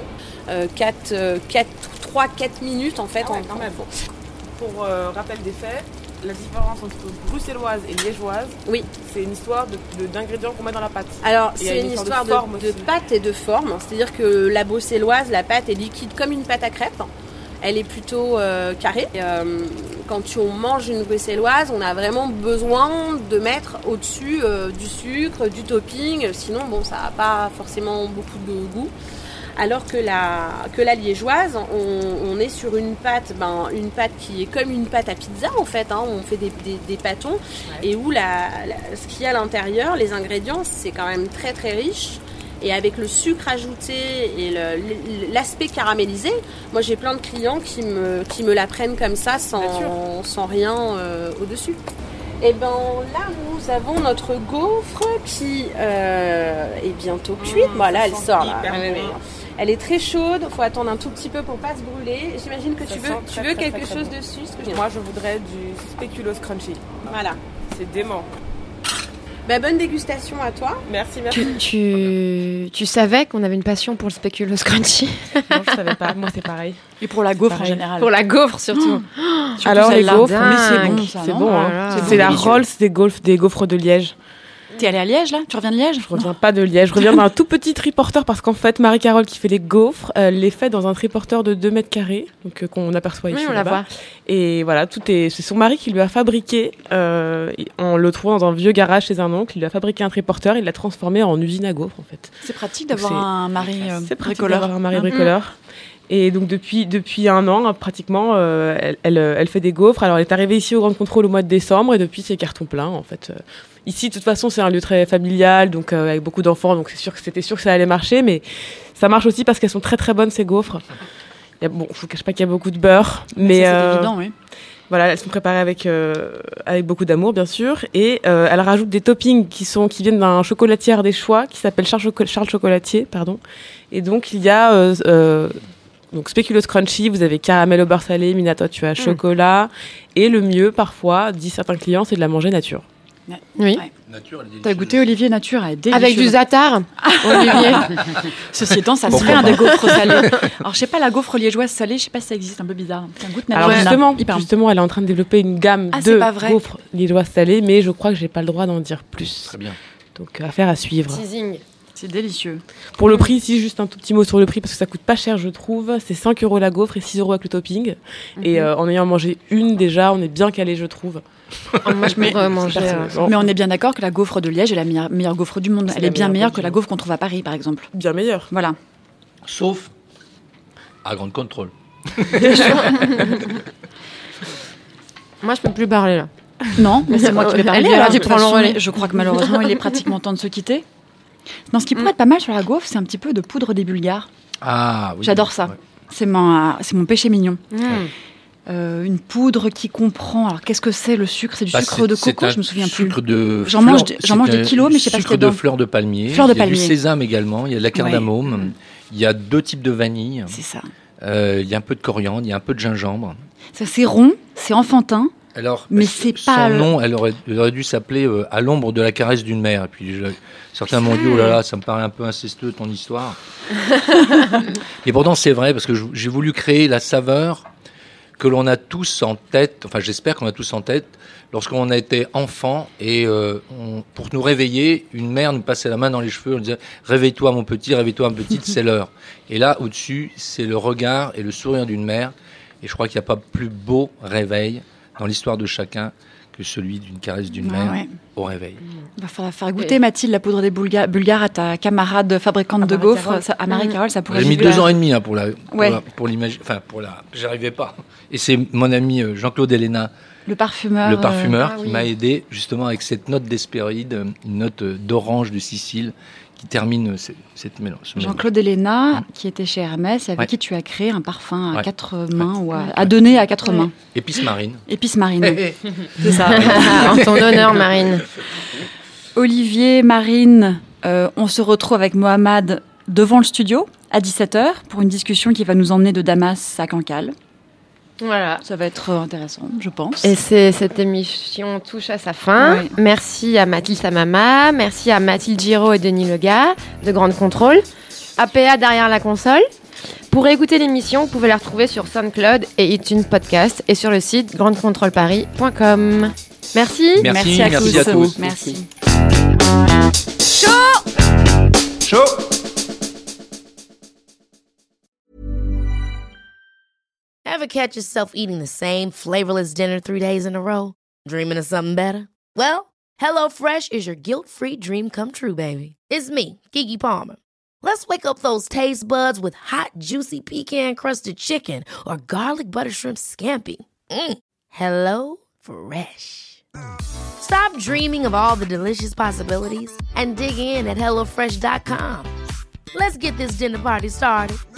3-4 minutes, en fait. Quand même. Pour rappel des faits, la différence entre bruxelloise et liégeoise, c'est une histoire d'ingrédients qu'on met dans la pâte. Alors, c'est une histoire de pâte et de forme. C'est-à-dire que la bruxelloise, la pâte est liquide comme une pâte à crêpes. Elle est plutôt carrée. Quand on mange une bruxelloise, on a vraiment besoin de mettre au-dessus du sucre, du topping. Sinon, ça n'a pas forcément beaucoup de goût. Alors que la liégeoise, on est sur une pâte qui est comme une pâte à pizza en fait. On fait des pâtons et où ce qu'il y a à l'intérieur, les ingrédients, c'est quand même très très riche. Et avec le sucre ajouté et l'aspect caramélisé, moi j'ai plein de clients qui me la prennent comme ça sans rien au-dessus. Et là, nous avons notre gaufre qui est bientôt cuite. Là, elle sort. Là. Elle est très chaude, il faut attendre un tout petit peu pour ne pas se brûler. J'imagine que tu veux quelque chose dessus. Moi, je voudrais du spéculoos crunchy. Voilà. C'est dément. Bonne dégustation à toi. Merci. Tu savais qu'on avait une passion pour le spéculoos crunchy ? Non, je savais pas. Moi, c'est pareil. Et pour la gaufre en général. Pour la gaufre surtout. Alors les gaufres, mais c'est bon. C'est la Rolls des gaufres de Liège. T'es allée à Liège là ? Tu reviens de Liège ? Je reviens pas de Liège. Je reviens d'un tout petit triporteur parce qu'en fait, Marie-Carole qui fait les gaufres, les fait dans un triporteur de 2 mètres carrés, donc qu'on aperçoit ici. Oui, on la voit. Et voilà, c'est son mari qui lui a fabriqué, en le trouvant dans un vieux garage chez un oncle, il lui a fabriqué un triporteur, il l'a transformé en usine à gaufres en fait. C'est pratique d'avoir un mari bricoleur. Et donc depuis un an, pratiquement, elle fait des gaufres. Alors elle est arrivée ici au Grand Contrôle au mois de décembre et depuis c'est carton plein en fait. Ici, de toute façon, c'est un lieu très familial, donc avec beaucoup d'enfants, donc c'était sûr que ça allait marcher, mais ça marche aussi parce qu'elles sont très très bonnes ces gaufres. Je vous cache pas qu'il y a beaucoup de beurre, mais ça, c'est évident, oui. Voilà, elles sont préparées avec beaucoup d'amour, bien sûr, et elle rajoute des toppings qui viennent d'un chocolatier des choix qui s'appelle Charles Chocolatier, pardon. Et donc il y a donc spéculoos crunchy, vous avez caramel au beurre salé, Mina, toi tu as chocolat, et le mieux parfois, disent certains clients, c'est de la manger nature. Oui. Nature, t'as goûté Olivier Nature, elle est délicieuse. Avec du za'atar, Olivier. Ceci étant, ça se fait des gaufres salées. Alors je sais pas, la gaufre liégeoise salée, je sais pas si ça existe, un peu bizarre. C'est un goût de nature. Alors justement, elle est en train de développer une gamme de gaufres liégeoises salées, mais je crois que j'ai pas le droit d'en dire plus. Très bien. Donc affaire à suivre. Teasing. C'est délicieux. Pour le prix, ici, juste un tout petit mot sur le prix, parce que ça coûte pas cher, je trouve. C'est 5 € la gaufre et 6 € avec le topping. Et en ayant mangé une déjà, on est bien calé, je trouve. Moi, je pourrais manger. Mais on est bien d'accord que la gaufre de Liège est la meilleure gaufre du monde. Elle est bien meilleure que la gaufre qu'on trouve à Paris, par exemple. Bien meilleure. Voilà. Sauf à Grande Contrôle. Moi, je peux plus parler là. Non, mais c'est moi qui vais parler. Tu prends le relais. Je crois que malheureusement, il est pratiquement temps de se quitter. Non, ce qui pourrait être pas mal sur la gaufre, c'est un petit peu de poudre des Bulgares. Ah oui. J'adore ça. Ouais. C'est mon péché mignon. Une poudre qui comprend. Alors, qu'est-ce que c'est le sucre? C'est du sucre de coco, je me souviens plus. J'en mange des kilos, mais je sais pas ce qu'il y a dedans. Sucre de fleurs de palmier. Fleurs de palmier. Il y a du sésame également. Il y a de la cardamome. Il y a 2 types de vanille. C'est ça. Il y a un peu de coriandre. Il y a un peu de gingembre. Ça, c'est rond, c'est enfantin. Alors, mais c'est pas son nom, elle aurait dû s'appeler À l'ombre de la caresse d'une mère. Et puis certains m'ont dit, oh là là, ça me paraît un peu incestueux ton histoire. Et pourtant c'est vrai, parce que j'ai voulu créer la saveur que l'on a tous en tête, enfin j'espère qu'on a tous en tête, lorsqu'on a été enfant et pour nous réveiller, une mère nous passait la main dans les cheveux, on disait réveille-toi mon petit, réveille-toi ma petite, c'est l'heure. Et là au-dessus, c'est le regard et le sourire d'une mère. Et je crois qu'il n'y a pas plus beau réveil dans l'histoire de chacun que celui d'une caresse d'une mère au réveil. Il va falloir faire goûter, Mathilde, la poudre des Bulgares à ta camarade fabricante de gaufres, à Marie-Carole, ça pourrait. J'ai mis 2 ans et demi pour l'imaginer. Enfin, j'arrivais pas. Et c'est mon ami Jean-Claude Héléna, le parfumeur, qui m'a aidé justement avec cette note d'hespéride, une note d'orange de Sicile, qui termine cette mélange. Jean-Claude Héléna, qui était chez Hermès, avec qui tu as créé un parfum à 4 mains, ou à donner à 4 mains. Épice marine. Épice marine. C'est ça. En ton honneur, Marine. Olivier, Marine, on se retrouve avec Mohamed devant le studio à 17h pour une discussion qui va nous emmener de Damas à Cancale. Voilà. Ça va être intéressant, je pense. Et cette émission touche à sa fin. Oui. Merci à Mathilde Samama, merci à Mathilde Giraud et Denis Lega de Grande Contrôle, APA derrière la console. Pour écouter l'émission, vous pouvez la retrouver sur SoundCloud et iTunes Podcast et sur le site grandecontrôleparis.com. Merci. Merci à tous. Merci. Chaud. Ever catch yourself eating the same flavorless dinner 3 days in a row? Dreaming of something better? Well, HelloFresh is your guilt-free dream come true, baby. It's me, Keke Palmer. Let's wake up those taste buds with hot, juicy pecan-crusted chicken or garlic butter shrimp scampi. HelloFresh. Stop dreaming of all the delicious possibilities and dig in at HelloFresh.com. Let's get this dinner party started.